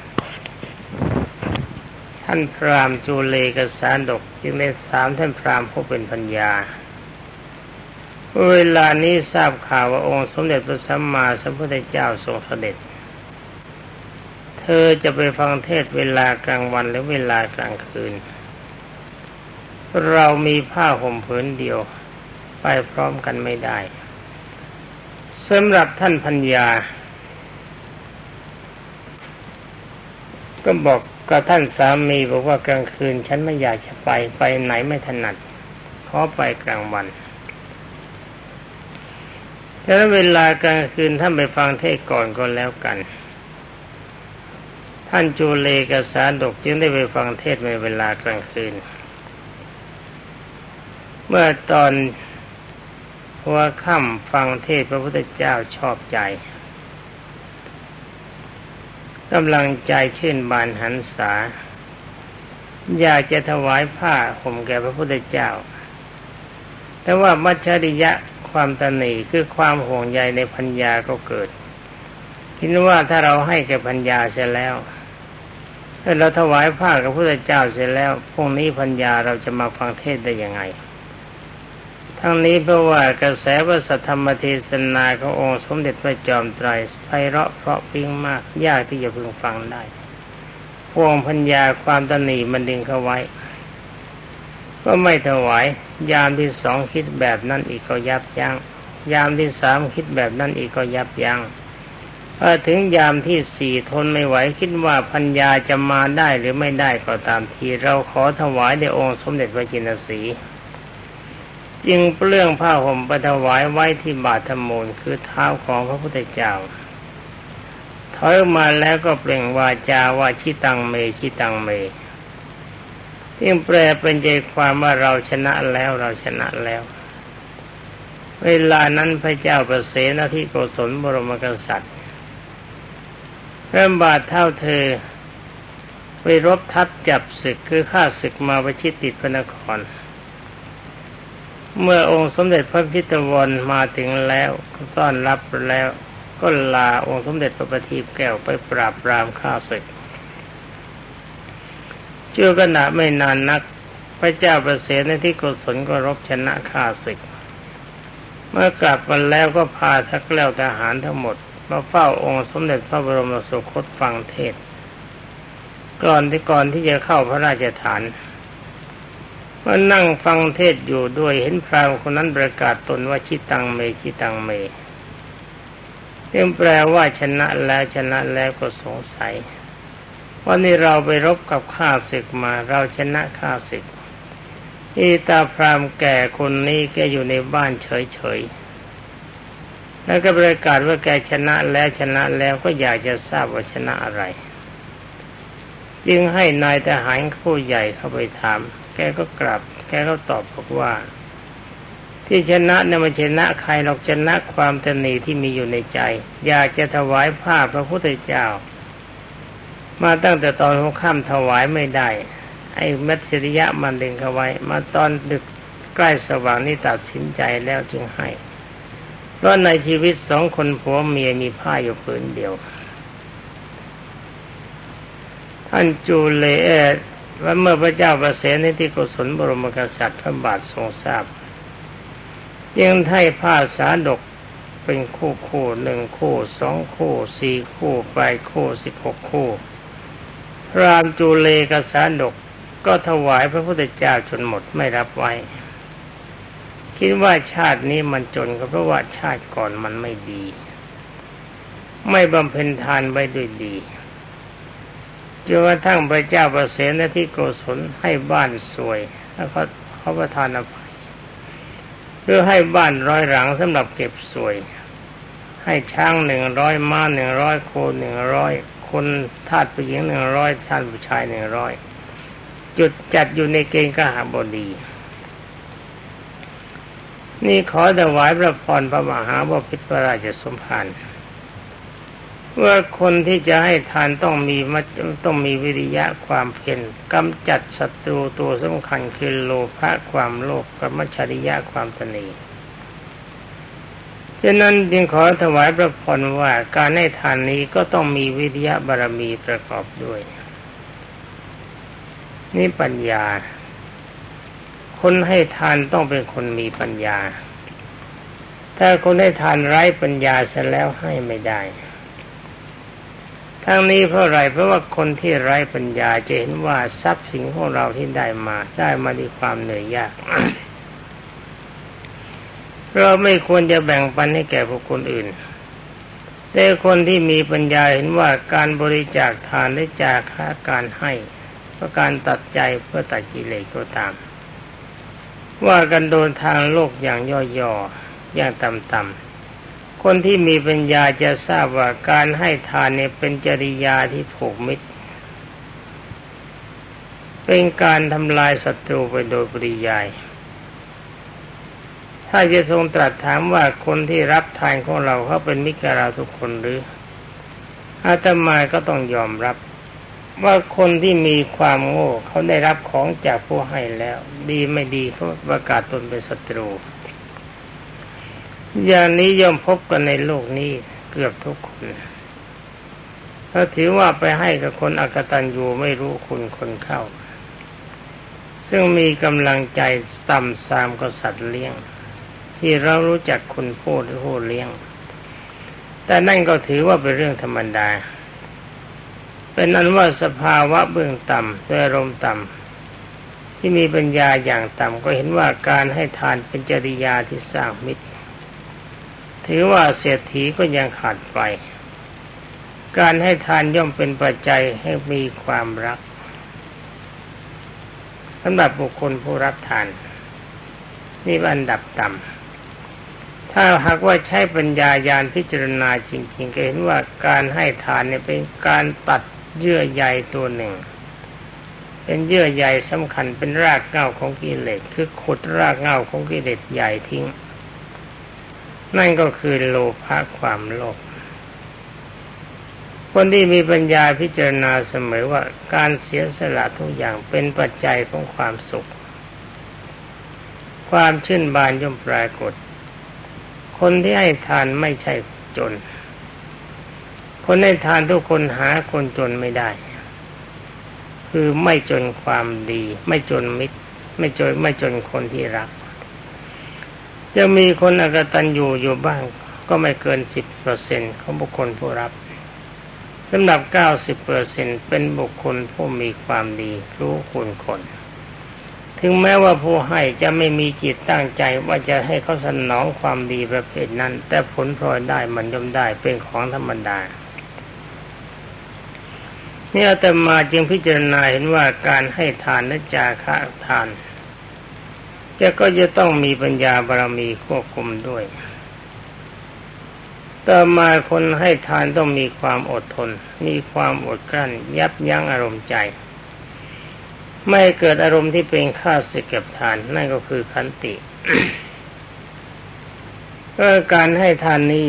ท่านพราหมณ์จูเลกสาดกจึงได้ถามท่านพราหมณ์ผู้เป็นปัญญาเวลานี้ทราบข่าวว่าองค์สมเด็จพระสัมมาสัมพุทธเจ้าทรงเสด็จเธอจะไปฟังเทศน์เวลากลางวันหรือเวลากลางคืนเรามีผ้าห่มผืนเดียวไปพร้อมกันไม่ได้สำหรับท่านปัญญาก็บอกกับท่านสามีบอกว่ากลางคืนฉันไม่อยากจะไปไหนไม่ถนัดขอไปกลางวันฉะนั้นเวลากลางคืนท่านไปฟังเทศน์ก่อนก็แล้วกันท่านจูเลกสาดกจึงได้ไปฟังเทศน์ในเวลากลางคืนเมื่อตอนหัวค่ำฟังเทศน์พระพุทธเจ้าชอบใจกำลังใจชื่นบานหันษาอยากจะถวายผ้าห่มแก่พระพุทธเจ้าแต่ว่ามัจฉริยะความตนีคือความห่วงใยในภรรยาก็เกิดคิดว่าถ้าเราให้แก่ภรรยาเสร็จแล้วถ้าเราถวายผ้ากับพระพุทธเจ้าเสร็จแล้วพรุ่งนี้ภรรยาเราจะมาฟังเทศน์ได้ยังไงทั้งนี้เพราะว่ากระแสพระสัทธรรมเทศนาขององค์สมเด็จพระจอมไตรไพเราะเพราะพริ้งมากยากที่จะพึงฟังได้พวงภรรยาความตนีมันดึงเข้าไว้ก็ไม่ถวายยามที่2คิดแบบนั้นอีกก็ยับยั้งยามที่3คิดแบบนั้นอีกก็ยับยั้งถึงยามที่4ทนไม่ไหวคิดว่าภรรยาจะมาได้หรือไม่ได้ก็ตามทีเราขอถวายแด่องค์สมเด็จพระจินสีจึงเปลื้องผ้าห่มไปถวายไว้ที่บาทมูลคือเท้าของพระพุทธเจ้าถอยออกมาแล้วก็เปล่งวาจาว่าชิตังเมชิตังเมที่แปลเป็นใจความว่าเราชนะแล้วเราชนะแล้วเวลานั้นพระเจ้าประเสนทิโกศลบรมกษัตริย์เริ่มบาทเท่าเธอไปรบทัพจับศึกคือฆ่าศึกมาประชิดติดพระนครเมื่อองค์สมเด็จพระพิตวรมาถึงแล้วต้อนรับแล้วก็ลาองค์สมเด็จพระประทีปแก้วไปปราบปรามข้าศึกชั่วขณะไม่นานนักพระเจ้าประเสนทิโกศลก็รบชนะข้าศึกเมื่อกลับมาแล้วก็พาทักแกล้วทหารทั้งหมดมาเฝ้าองค์สมเด็จพระบรมสุคตฟังเทศน์ก่อนที่จะเข้าพระราชฐานก็นั่งฟังเทศอยู่ด้วยเห็นพราหมณ์คนนั้นประกาศตนว่าชิตังเมชิตังเมซึ่งแปลว่าชนะแล้วก็สงสัยว่านี่เราไปรบกับข้าศึกมาเราชนะข้าศึกอีตาพราหมณ์แก่คนนี้แกอยู่ในบ้านเฉยๆแล้วก็ประกาศว่าแกชนะแล้วก็อยากจะทราบว่าชนะอะไรจึงให้นายทหารผู้ใหญ่เข้าไปถามแกก็ตอบบอกว่าที่ชนะเนี่ยมันชนะใครหรอกชนะความตนีที่มีอยู่ในใจอยากจะถวายผ้าพระพุทธเจ้ามาตั้งแต่ตอนหัวค่ำถวายไม่ได้ไอ้มัจฉริยะมันดึงเขาไว้มาตอนดึกใกล้สว่างนี่ตัดสินใจแล้วจึงให้เพราะในชีวิตสองคนผัวเมียมีผ้าอยู่ผืนเดียวท่านจูเลว่าเมื่อพระเจ้าประเสนที่โกศลบรมกษัตริย์พระบาททรงทราบยังให้ผ้าสาดกเป็นคู่1 คู่2 คู่4 คู่8 คู่16 คู่พราหมณ์จูเลกสาดกก็ถวายพระพุทธเจ้าจนหมดไม่รับไว้คิดว่าชาตินี้มันจนก็เพราะว่าชาติก่อนมันไม่ดีไม่บำเพ็ญทานไว้ด้วยดีจนกระทั่งพระเจ้าประเสนที่โกศลให้บ้านสวยแล้วเขาประทานอภัยเพื่อให้บ้าน100 หลังสำหรับเก็บสวยให้ช้าง100ม้า100โค100คนทาสผู้หญิง100ทาสผู้ชาย100จุดจัดอยู่ในเกณฑ์กหบดีนี่ขอถวายพระพรพระมหาบพิตรพระราชสมภารว่าคนที่จะให้ทานต้องมีวิริยะความเพียรกำจัดศัตรูตัวสำคัญคือโลภะความโลภกับมัจฉริยะความตนีฉะนั้นจึงขอถวายพระพรว่าการให้ทานนี้ก็ต้องมีวิริยะบารมีประกอบด้วยนี่ปัญญาคนให้ทานต้องเป็นคนมีปัญญาถ้าคนให้ทานไร้ปัญญาเสียแล้วให้ไม่ได้ทั้งนี้เพราะอะไรเพราะว่าคนที่ไร้ปัญญาจะเห็นว่าทรัพย์สินของเราที่ได้มาด้วยความเหนื่อยยาก เราไม่ควรจะแบ่งปันให้แก่บุคคลอื่นแต่คนที่มีปัญญาเห็นว่าการบริจาคทานและจาคะการให้เพราะการตัดใจเพื่อตัดกิเลสก็ตามว่ากันโดยทางโลกอย่างย่อๆอย่างต่ำๆคนที่มีปัญญาจะทราบว่าการให้ทานเนี่ยเป็นจริยาที่ผูกมิตรเป็นการทำลายศัตรูไปโดยปริยายถ้าจะทรงตรัสถามว่าคนที่รับทานของเราเขาเป็นมิตรกับเราทุกคนหรืออาตมาก็ต้องยอมรับว่าคนที่มีความโง่เขาได้รับของจากผู้ให้แล้วดีไม่ดีเขาประกาศตนเป็นศัตรูอย่างนี้ย่อมพบกันในโลกนี้เกือบทุกคนถ้าถือว่าไปให้กับคนอกตัญญูไม่รู้คุณคนเข้าซึ่งมีกำลังใจต่ำทรามกับสัตว์เลี้ยงที่เรารู้จักคุณผู้หรือผู้เลี้ยงแต่นั่นก็ถือว่าเป็นเรื่องธรรมดาเป็นอันว่าสภาวะเบื้องต่ำด้วยอารมณ์ต่ำที่มีปัญญาอย่างต่ำก็เห็นว่าการให้ทานเป็นจริยาที่สร้างมิตรถือว่าเศรษฐีก็ยังขาดไปการให้ทานย่อมเป็นปัจจัยให้มีความรักสำหรับบุคคลผู้รับทานนี่เป็นอันดับต่ำถ้าหากว่าใช้ปัญญาญาณพิจารณาจริงๆก็เห็นว่าการให้ทานเนี่ยเป็นการตัดเยื่อใยตัวหนึ่งเป็นเยื่อใยสำคัญเป็นรากเหง้าของกิเลสคือขุดรากเหง้าของกิเลสใหญ่ทิ้งนั่นก็คือโลภะความโลภคนที่มีปัญญาพิจารณาเสมอว่าการเสียสละทุกอย่างเป็นปัจจัยของความสุขความชื่นบานย่อมปรากฏคนที่ให้ทานไม่ใช่จนคนให้ทานทุกคนหาคนจนไม่ได้คือไม่จนความดีไม่จนมิตรไม่จนคนที่รักจะมีคนอกตัญญูอยู่บ้างก็ไม่เกิน 10% ของบุคคลผู้รับสำหรับ 90% เป็นบุคคลผู้มีความดีรู้คุณคนถึงแม้ว่าผู้ให้จะไม่มีจิตตั้งใจว่าจะให้เขาสนองความดีประเภทนั้นแต่ผลพลอยได้มันย่อมได้เป็นของธรรมดาเนี่ยอาตมาจึงพิจารณาเห็นว่าการให้ทานและจาคะทานก็จะต้องมีปัญญาบารมีควบคุมด้วยต่อมาคนให้ทานต้องมีความอดทนมีความอดกลั้นยับยั้งอารมณ์ใจไม่เกิดอารมณ์ที่เป็นข้าศึกกับทานนั่นก็คือขันติ การให้ทานนี้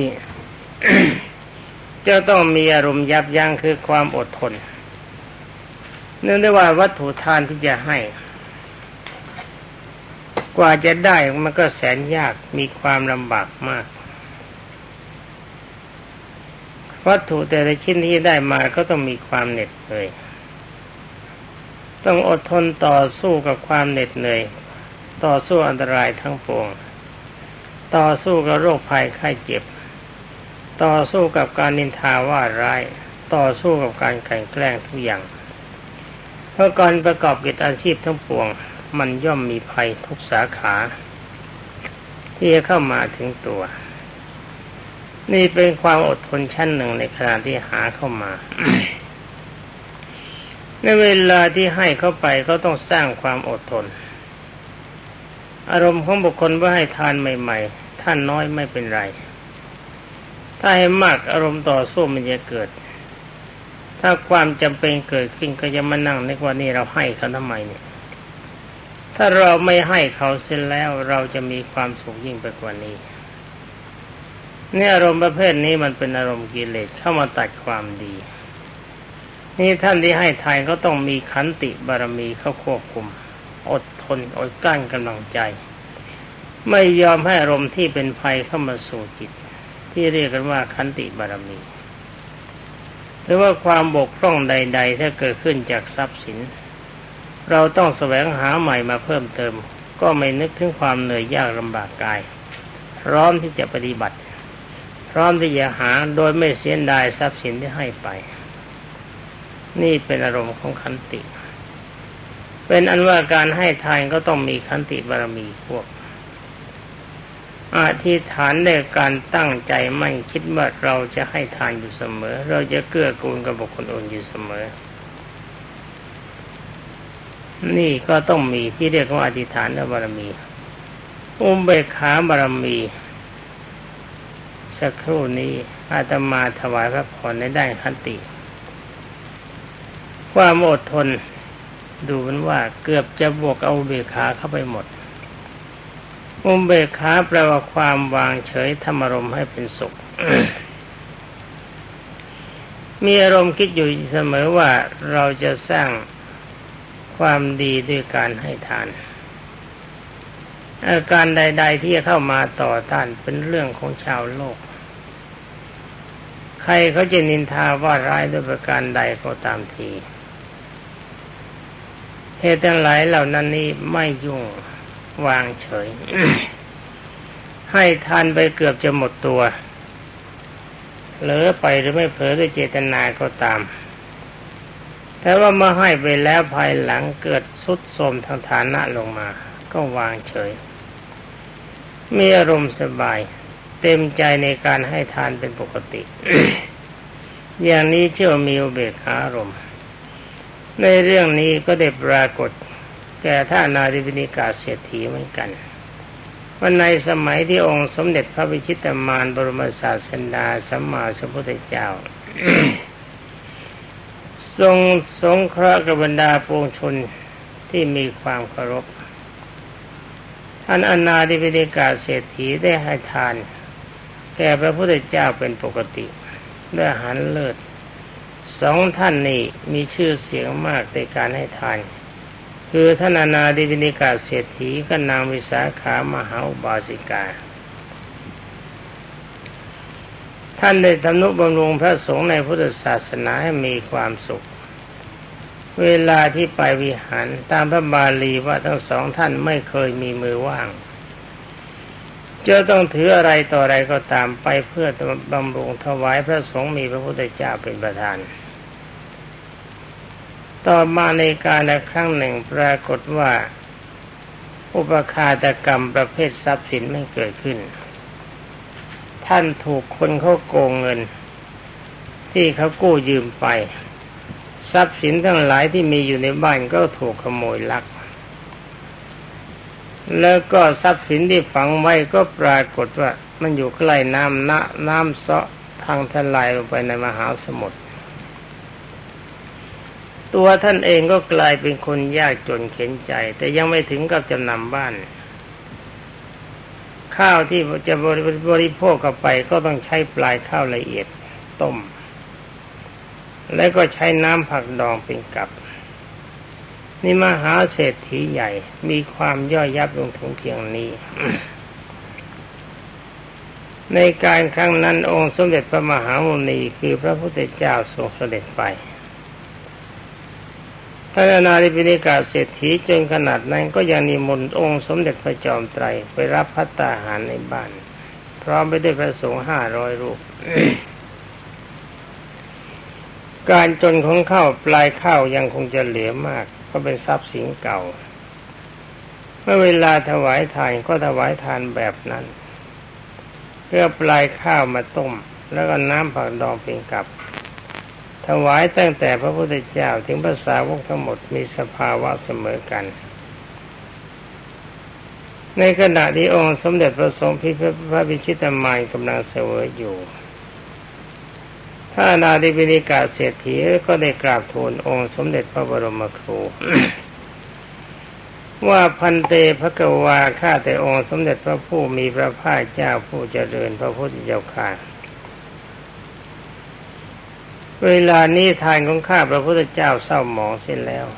จะต้องมีอารมณ์ยับยั้งคือความอดทนเนื่องด้วยว่าวัตถุทานที่จะให้กว่าจะได้มันก็แสนยากมีความลำบากมากวัตถุแต่ละชิ้นที่ได้มาก็ต้องมีความเหน็ดเหนื่อยต้องอดทนต่อสู้กับความเหน็ดเหนื่อยต่อสู้อันตรายทั้งปวงต่อสู้กับโรคภัยไข้เจ็บต่อสู้กับการนินทาว่าร้ายต่อสู้กับการกลั่นแกล้งทุกอย่างเพราะการประกอบกิจอาชีพทั้งปวงมันย่อมมีภัยทุกสาขาที่จะเข้ามาถึงตัวนี่เป็นความอดทนชั้นหนึ่งในขณะที่หาเข้ามา ในเวลาที่ให้เข้าไปก็ต้องสร้างความอดทนอารมณ์ของบุคคลว่าให้ทานใหม่ๆท่านน้อยไม่เป็นไรถ้าให้มากอารมณ์ต่อสู้มันจะเกิดถ้าความจำเป็นเกิดขึ้นก็จะมานั่งนึกว่านี่เราให้เขาทำไมเนี่ยถ้าเราไม่ให้เขาเสร็จแล้วเราจะมีความสุขยิ่งไปกว่านี้เนี่ยอารมณ์ประเภทนี้มันเป็นอารมณ์กิเลสเข้ามาตัดความดีนี่ท่านที่ให้ทานก็ต้องมีขันติบารมีเข้าควบคุมอดทนอดกลั้นกำลังใจไม่ยอมให้อารมณ์ที่เป็นภัยเข้ามาสู่จิตที่เรียกกันว่าขันติบารมีหรือว่าความบกพร่องใดๆถ้าเกิดขึ้นจากทรัพย์สินเราต้องแสวงหาใหม่มาเพิ่มเติมก็ไม่นึกถึงความเหนื่อยยากลำบากกายพร้อมที่จะปฏิบัติพร้อมที่จะหาโดยไม่เสียดายทรัพย์สินที่ให้ไปนี่เป็นอารมณ์ของขันติเป็นอันว่าการให้ทานก็ต้องมีขันติบารมีพวกอธิษฐานในการตั้งใจมั่นคิดว่าเราจะให้ทานอยู่เสมอเราจะเกื้อกูลกับบุคคลอื่นอยู่เสมอนี่ก็ต้องมีที่เรียกว่าอธิษฐานบารมีอุเบกขาบารมีสักครู่นี้อาตมาถวายพระพรในด้านขันติความอดทนดูเหมือนว่าเกือบจะบวกเอาอุเบกขาเข้าไปหมดอุเบกขาแปลว่าความวางเฉยทำอารมณ์ให้เป็นสุข มีอารมณ์คิดอยู่เสมอว่าเราจะสร้างความดีด้วยการให้ทานอาการใดๆที่จะเข้ามาต่อต้านเป็นเรื่องของชาวโลกใครเขาจะนินทาว่าร้ายด้วยประการใดก็ตามทีเหตุทั้งหลายเหล่านั้นนี้ไม่ยุ่งวางเฉย ให้ทานไปเกือบจะหมดตัวเหลือไปหรือไม่เผลอด้วยเจตนาก็ตามแต่ว่าเมื่อให้ไปแล้วภายหลังเกิดทรุดโทรมทางฐานะลงมาก็วางเฉยมีอารมณ์สบายเต็มใจในการให้ทานเป็นปกติ อย่างนี้เชื่อมีอุเบกขาอารมณ์ในเรื่องนี้ก็ได้ปรากฏแก่ท่านอนาถปิณกเศรษฐีเหมือนกันว่าในสมัยที่องค์สมเด็จพระวิชิตมารบรมศาสดาสัมมาสัมพุทธเจ้า ทรงสงเคราะห์กับบรรดาปวงชนที่มีความเคารพท่านอนาถปิณกเศรษฐีได้ให้ทานแก่พระพุทธเจ้าเป็นปกติด้วยอาหารเลิศสองท่านนี้มีชื่อเสียงมากในการให้ทานคือท่านอนาถปิณกเศรษฐีกับนางวิสาขามหาอุบาสิกาท่านได้ทำนุบำรุงพระสงฆ์ในพุทธศาสนาให้มีความสุขเวลาที่ไปวิหารตามพระบาลีว่าทั้งสองท่านไม่เคยมีมือว่างจะต้องถืออะไรต่ออะไรก็ตามไปเพื่อบำรุงถวายพระสงฆ์มีพระพุทธเจ้าเป็นประธานต่อมาในกาลครั้งหนึ่งปรากฏว่าอุปฆาตกรรมประเภททรัพย์สินไม่เกิดขึ้นท่านถูกคนเขาโกงเงินที่เขากู้ยืมไปทรัพย์สินทั้งหลายที่มีอยู่ในบ้านก็ถูกขโมยลักแล้วก็ทรัพย์สินที่ฝังไว้ก็ปรากฏว่ามันอยู่ใกล้น้ำเซาะพังทลายลงไปในมหาสมุทรตัวท่านเองก็กลายเป็นคนยากจนเข็ญใจแต่ยังไม่ถึงกับจำนำบ้านข้าวที่จะบริโภคเข้าไปก็ต้องใช้ปลายข้าวละเอียดต้มแล้วก็ใช้น้ำผักดองเป็นกับนี่มหาเศรษฐีใหญ่มีความย่อยยับลงถึงเพียงนี้ ในการครั้งนั้นองค์สมเด็จพระมหามุนีคือพระพุทธเจ้าทรงเสด็จไปท่านอนาถปิณกเศรษฐีจนขนาดนั้นก็ยังนิมนต์องค์สมเด็จพระจอมไตรไปรับภัตตาหารในบ้านพร้อมไปด้วยพระสงฆ์500 รูป การจนของข้าวปลายข้าวยังคงจะเหลือมากเพราะเป็นทรัพย์สินเก่าเมื่อเวลาถวายทานก็ถวายทานแบบนั้นเพื่อปลายข้าวมาต้มแล้วก็น้ำผักดองเป็นกับถวายตั้งแต่พระพุทธเจ้าถึงพระสาวกทั้งหมดมีสภาวะเสมอกันในขณะที่องค์สมเด็จพระทรงพระวิชิตามานกำลังเสวยอยู่ท่านอนาถปิณกเศรษฐีก็ได้กราบทูลองค์สมเด็จพระบรมครู ว่าพันเตภควาข้าแต่องค์สมเด็จพระผู้มีพระภาคเจ้าผู้เจริญพระพุทธเจ้าข้าเวลานี้ทานของข้าพระพุทธเจ้าเศร้าหมองเสียแล้ว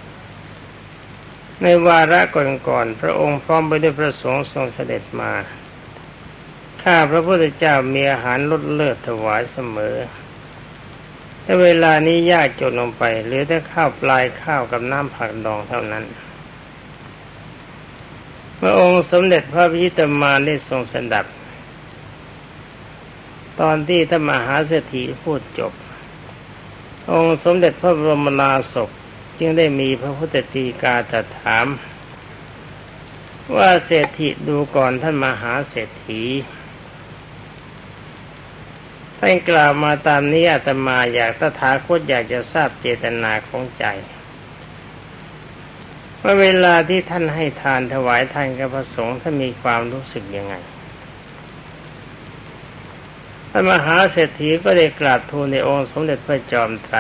ในวาระก่อนๆพระองค์พร้อมไปด้วยพระสงฆ์ทรงเสด็จมาข้าพระพุทธเจ้ามีอาหารลดเลิศถวายเสมอแต่เวลานี้ยากจนลงไปเหลือแต่ข้าวปลายข้าวกับน้ำผักดองเท่านั้นพระองค์สมเด็จพระวิชิตามานได้ทรงสดับตอนที่ท่านมหาเศรษฐีพูดจบองค์สมเด็จพระบรมโอษกจึงได้มีพระพุทธฎีกาตรัสถามว่าเศรษฐีดูก่อนท่านมหาเศรษฐีท่านกล่าวมาตามนี้อาตมาอยากตถาคตอยากจะทราบเจตนาของใจว่าเวลาที่ท่านให้ทานถวายทานกับพระสงฆ์ท่านมีความรู้สึกยังไงพระมหาเศรษฐีก็ได้กราบทูลในองค์สมเด็จพระจอมไตร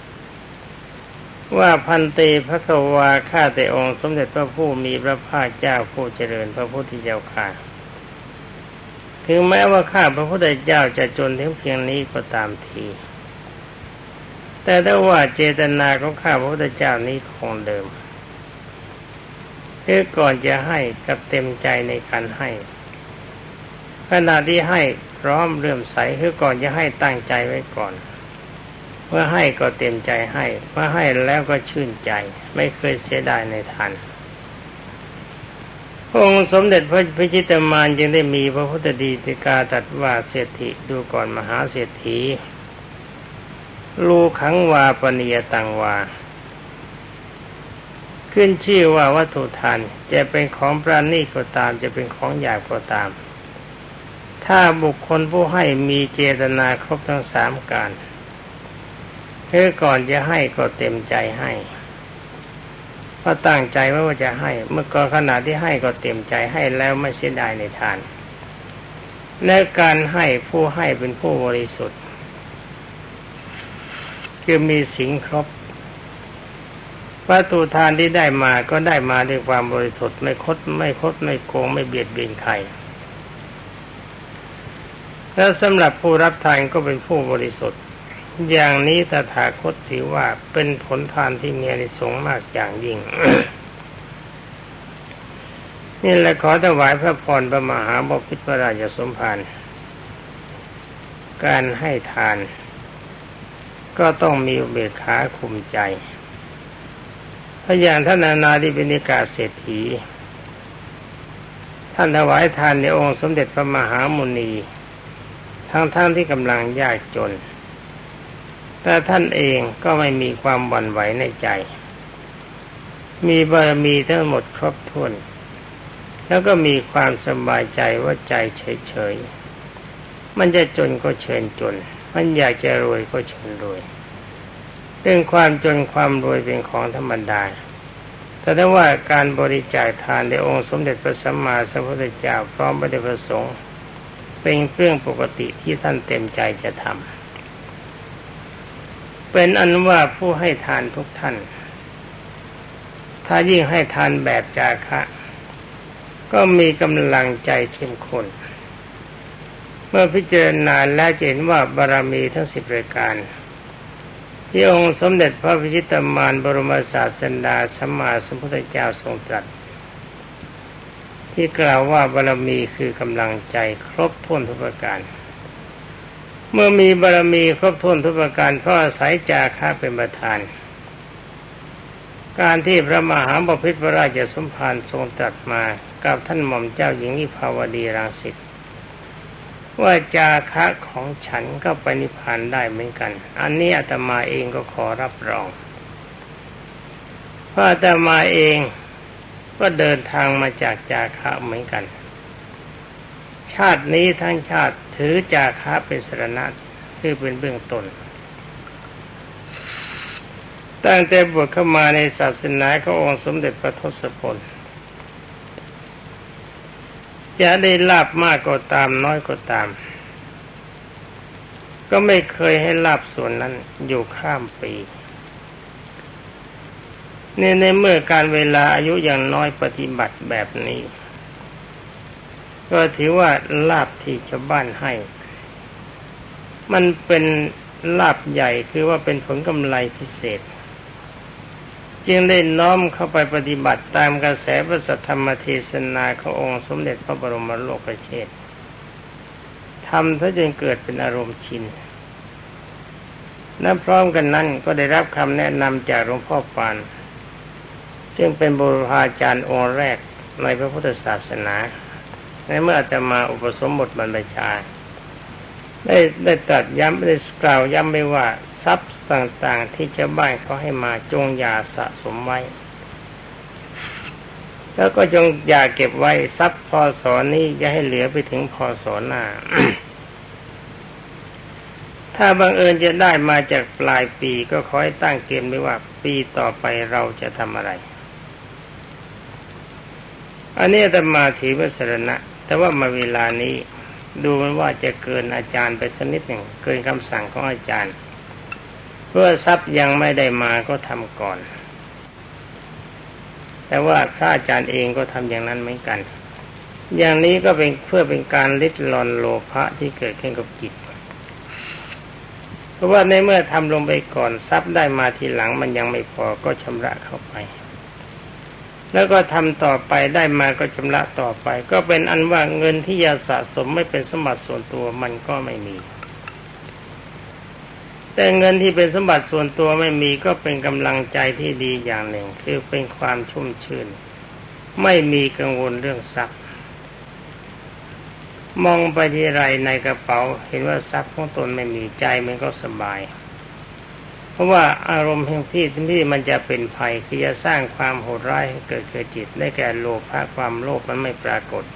ว่าพันเตภควาข้าแต่องค์สมเด็จพระผู้มีพระภาคเจ้าผู้เจริญพระพุทธเจ้าข้าถึงแม้ว่าข้าพระพุทธเจ้าจะจนถึงเพียงนี้ก็ตามทีแต่ถ้าว่าเจตนาของข้าพระพุทธเจ้านี้คงเดิมคือก่อนจะให้กับเต็มใจในการให้ขณะที่ให้พร้อมเริ่มใสคือก่อนจะให้ตั้งใจไว้ก่อนเมื่อให้ก็เต็มใจให้เมื่อให้แล้วก็ชื่นใจไม่เคยเสียดายในทานองค์สมเด็จพระวิชิตามานจึงได้มีพระพุทธฎีกาตรัสว่าเศรษฐีดูก่อนมหาเศรษฐีลูขังวาปณิยตังวาขึ้นชื่อว่าวัตถุทานจะเป็นของประณีตก็ตามจะเป็นของหยาบก็ตามถ้าบุคคลผู้ให้มีเจตนาครบทั้ง3การคือก่อนจะให้ก็เต็มใจให้เพราะตั้งใจว่าจะให้เมื่อก่อนขณะที่ให้ก็เต็มใจให้แล้วไม่เสียดายในทานและการให้ผู้ให้เป็นผู้บริสุทธิ์คือมีศีลครบวัตถุทานที่ได้มาก็ได้มาด้วยความบริสุทธิ์ไม่คดไม่โกงไม่เบียดเบียนใครแล้วสำหรับผู้รับทานก็เป็นผู้บริสุทธิ์อย่างนี้ตถาคตถือว่าเป็นผลทานที่มีอานิสงส์มากอย่างยิ่ง นี่แหละขอถวายพระพรพระมหาบพิตรพระราชสมภารการให้ทานก็ต้องมีอุเบกขาคุมใจเพราะอย่างท่านอนาถปิณกเศรษฐีท่านถวายทานในองค์สมเด็จพระมหามุนีทั้งที่กำลังยากจนแต่ท่านเองก็ไม่มีความหวั่นไหวในใจมีบารมีทั้งหมดครบถ้วนแล้วก็มีความสบายใจว่าใจเฉยๆมันจะจนก็เชิญจนมันอยากจะรวยก็เชิญรวยเรื่องความจนความรวยเป็นของธรรมดาแต่ถ้าว่าการบริจาคทานในองค์สมเด็จพระสัมมาสัมพุทธเจ้าพร้อมพระเดชพระสงฆ์เป็นเรื่องปกติที่ท่านเต็มใจจะทำเป็นอันว่าผู้ให้ทานทุกท่านถ้ายิ่งให้ทานแบบจาคะก็มีกำลังใจเข้มข้นเมื่อพิจารณาแล้วเห็นว่าบารมีทั้ง10รายการที่องค์สมเด็จพระพิชิตมารบรมศาสดาสัมมาสัมพุทธเจ้าทรงตรัสที่กล่าวว่าบารมีคือกำลังใจครบถ้วนทุกประการเมื่อมีบารมีครบถ้วนทุกประการเพราะอาศัยจาคะเป็นประธานการที่พระมหาบพิตรพระราชสมภารทรงตรัสมากับท่านหม่อมเจ้าหญิงวิภาวดีรังสิตว่าจาคะของฉันก็ไปนิพพานได้เหมือนกันอันนี้อาตมาเองก็ขอรับรองเพราะอาตมาเองก็เดินทางมาจากจาคะเหมือนกันชาตินี้ทั้งชาติถือจาคะเป็นสรณะคือเป็นเบื้องต้นตั้งแต่บวชเข้ามาในศาสนาขององค์สมเด็จพระทศพลจะได้ลาภมากก็ตามน้อยก็ตามก็ไม่เคยให้ลาภส่วนนั้นอยู่ข้ามปีในเมื่อการเวลาอายุอย่างน้อยปฏิบัติแบบนี้ก็ถือว่าลาภที่ชาวบ้านให้มันเป็นลาภใหญ่คือว่าเป็นผลกำไรพิเศษจึงได้น้อมเข้าไปปฏิบัติตามกระแสพระสัทธรรมเทศนาขององค์สมเด็จพระบรมโลกเชษฐ์ทำถ้าจนเกิดเป็นอารมณ์ชินและพร้อมกันนั้นก็ได้รับคำแนะนำจากหลวงพ่อปานซึ่งเป็นบุรพาจารย์องค์แรกในพระพุทธศาสนาในเมื่ออาตมาอุปสมบทบรรพชาได้ตรัสย้ำได้กล่าวย้ำไว้ว่าทรัพย์ต่างๆที่ชาวบ้านเขาให้มาจงอย่าสะสมไว้แล้วก็จงอย่าเก็บไว้ทรัพย์พศนี้อย่าให้เหลือไปถึงพศหน้า ถ้าบังเอิญจะได้มาจากปลายปีก็ขอให้ตั้งเกณฑ์ไว้ว่าปีต่อไปเราจะทำอะไรอันนี้อาตมาถือว่าสรณะแต่ว่ามาเวลานี้ดูมันว่าจะเกินอาจารย์ไปสักนิดหนึ่งเกินคำสั่งของอาจารย์เพื่อทรัพย์ยังไม่ได้มาก็ทำก่อนแต่ว่าพระอาจารย์เองก็ทำอย่างนั้นเหมือนกันอย่างนี้ก็เป็นเพื่อเป็นการลิดรอนโลภะที่เกิดขึ้นกับจิตเพราะว่าในเมื่อทำลงไปก่อนทรัพย์ได้มาทีหลังมันยังไม่พอก็ชำระเข้าไปแล้วก็ทำต่อไปได้มาก็ชำระต่อไปก็เป็นอันว่าเงินที่จะสะสมไม่เป็นสมบัติส่วนตัวมันก็ไม่มีแต่เงินที่เป็นสมบัติส่วนตัวไม่มีก็เป็นกำลังใจที่ดีอย่างหนึ่งคือเป็นความชุ่มชื่นไม่มีกังวลเรื่องทรัพย์มองไปที่ไรในกระเป๋าเห็นว่าทรัพย์ของตนไม่มีใจมันก็สบายเพราะว่าอารมณ์แห่งที่มันจะเป็นภัยคือจะสร้างความโหดร้ายให้เกิดจิตได้แก่โลภะความโลภมันไม่ปรากฏ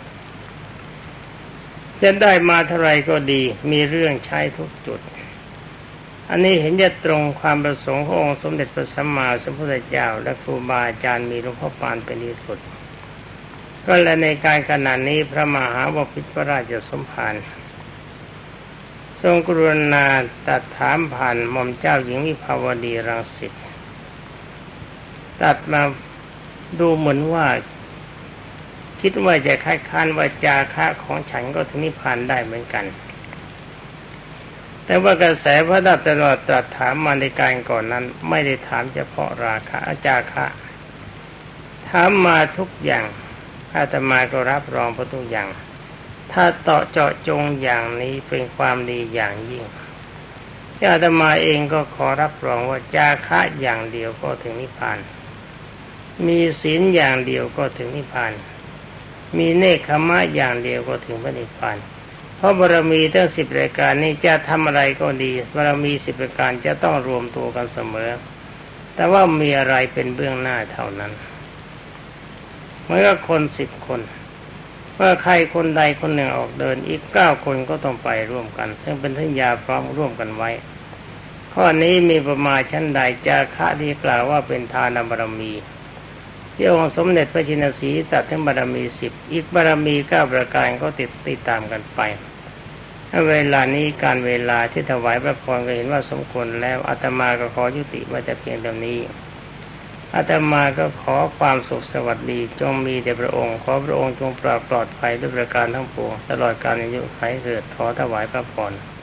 จะได้มาเท่าไรก็ดีมีเรื่องใช้ทุกจุดอันนี้เห็นจะตรงความประสงค์ขององค์สมเด็จพระสัมมาสัมพุทธเจ้าและครูบาอาจารย์มีหลวงพ่อปานเป็นที่สุดก็และในการขณะนี้พระมหาบพิตรพระราชสมภารทรงกรุณาตรัสถามผ่านหม่อมเจ้าหญิงวิภาวดีรังสิตตัดมาดูเหมือนว่าคิดว่าจะคัดค้านว่าจาคะของฉันก็ถึงนิพพานได้เหมือนกันแต่ว่ากระแสพระดาตลอดตรัสถามมาในการก่อนนั้นไม่ได้ถามเฉพาะราคะจาคะถามมาทุกอย่างอาตมาก็รับรองพระทุกอย่างถ้าเจาะจงอย่างนี้เป็นความดีอย่างยิ่งอาตมาเองก็ขอรับรองว่าจาคะอย่างเดียวก็ถึงนิพพานมีศีลอย่างเดียวก็ถึงนิพพานมีเนคขมะอย่างเดียวก็ถึงพระนิพพานเพราะบารมีทั้ง10รายการนี้จะทำอะไรก็ดีบารมี10รายการจะต้องรวมตัวกันเสมอแต่ว่ามีอะไรเป็นเบื้องหน้าเท่านั้นเมื่อคน10 คนว่าใครคนใดคนหนึ่งออกเดินอีก9 คนก็ต้องไปร่วมกันซึ่งเป็นสัญญาพร้อมร่วมกันไว้ข้อนี้มีประมาณชั้นใดจาคะที่กล่าวว่าเป็นทานบารมีที่องค์สมเด็จพระชินสีห์ตรัสถึงบารมี10อีกบารมี9ประการก็ติดตามกันไปเวลานี้การเวลาที่ถวายพระพรก็เห็นว่าสมควรแล้วอาตมาก็ขอยุติไว้แต่เพียงเท่านี้อาตมาก็ขอความสุขสวัสดีจงมีแด่พระองค์ขอพระองค์จงปลอดภัยด้วยประการทั้งปวงตลอดกาลอายุขัยเถิดขอถวายพระพร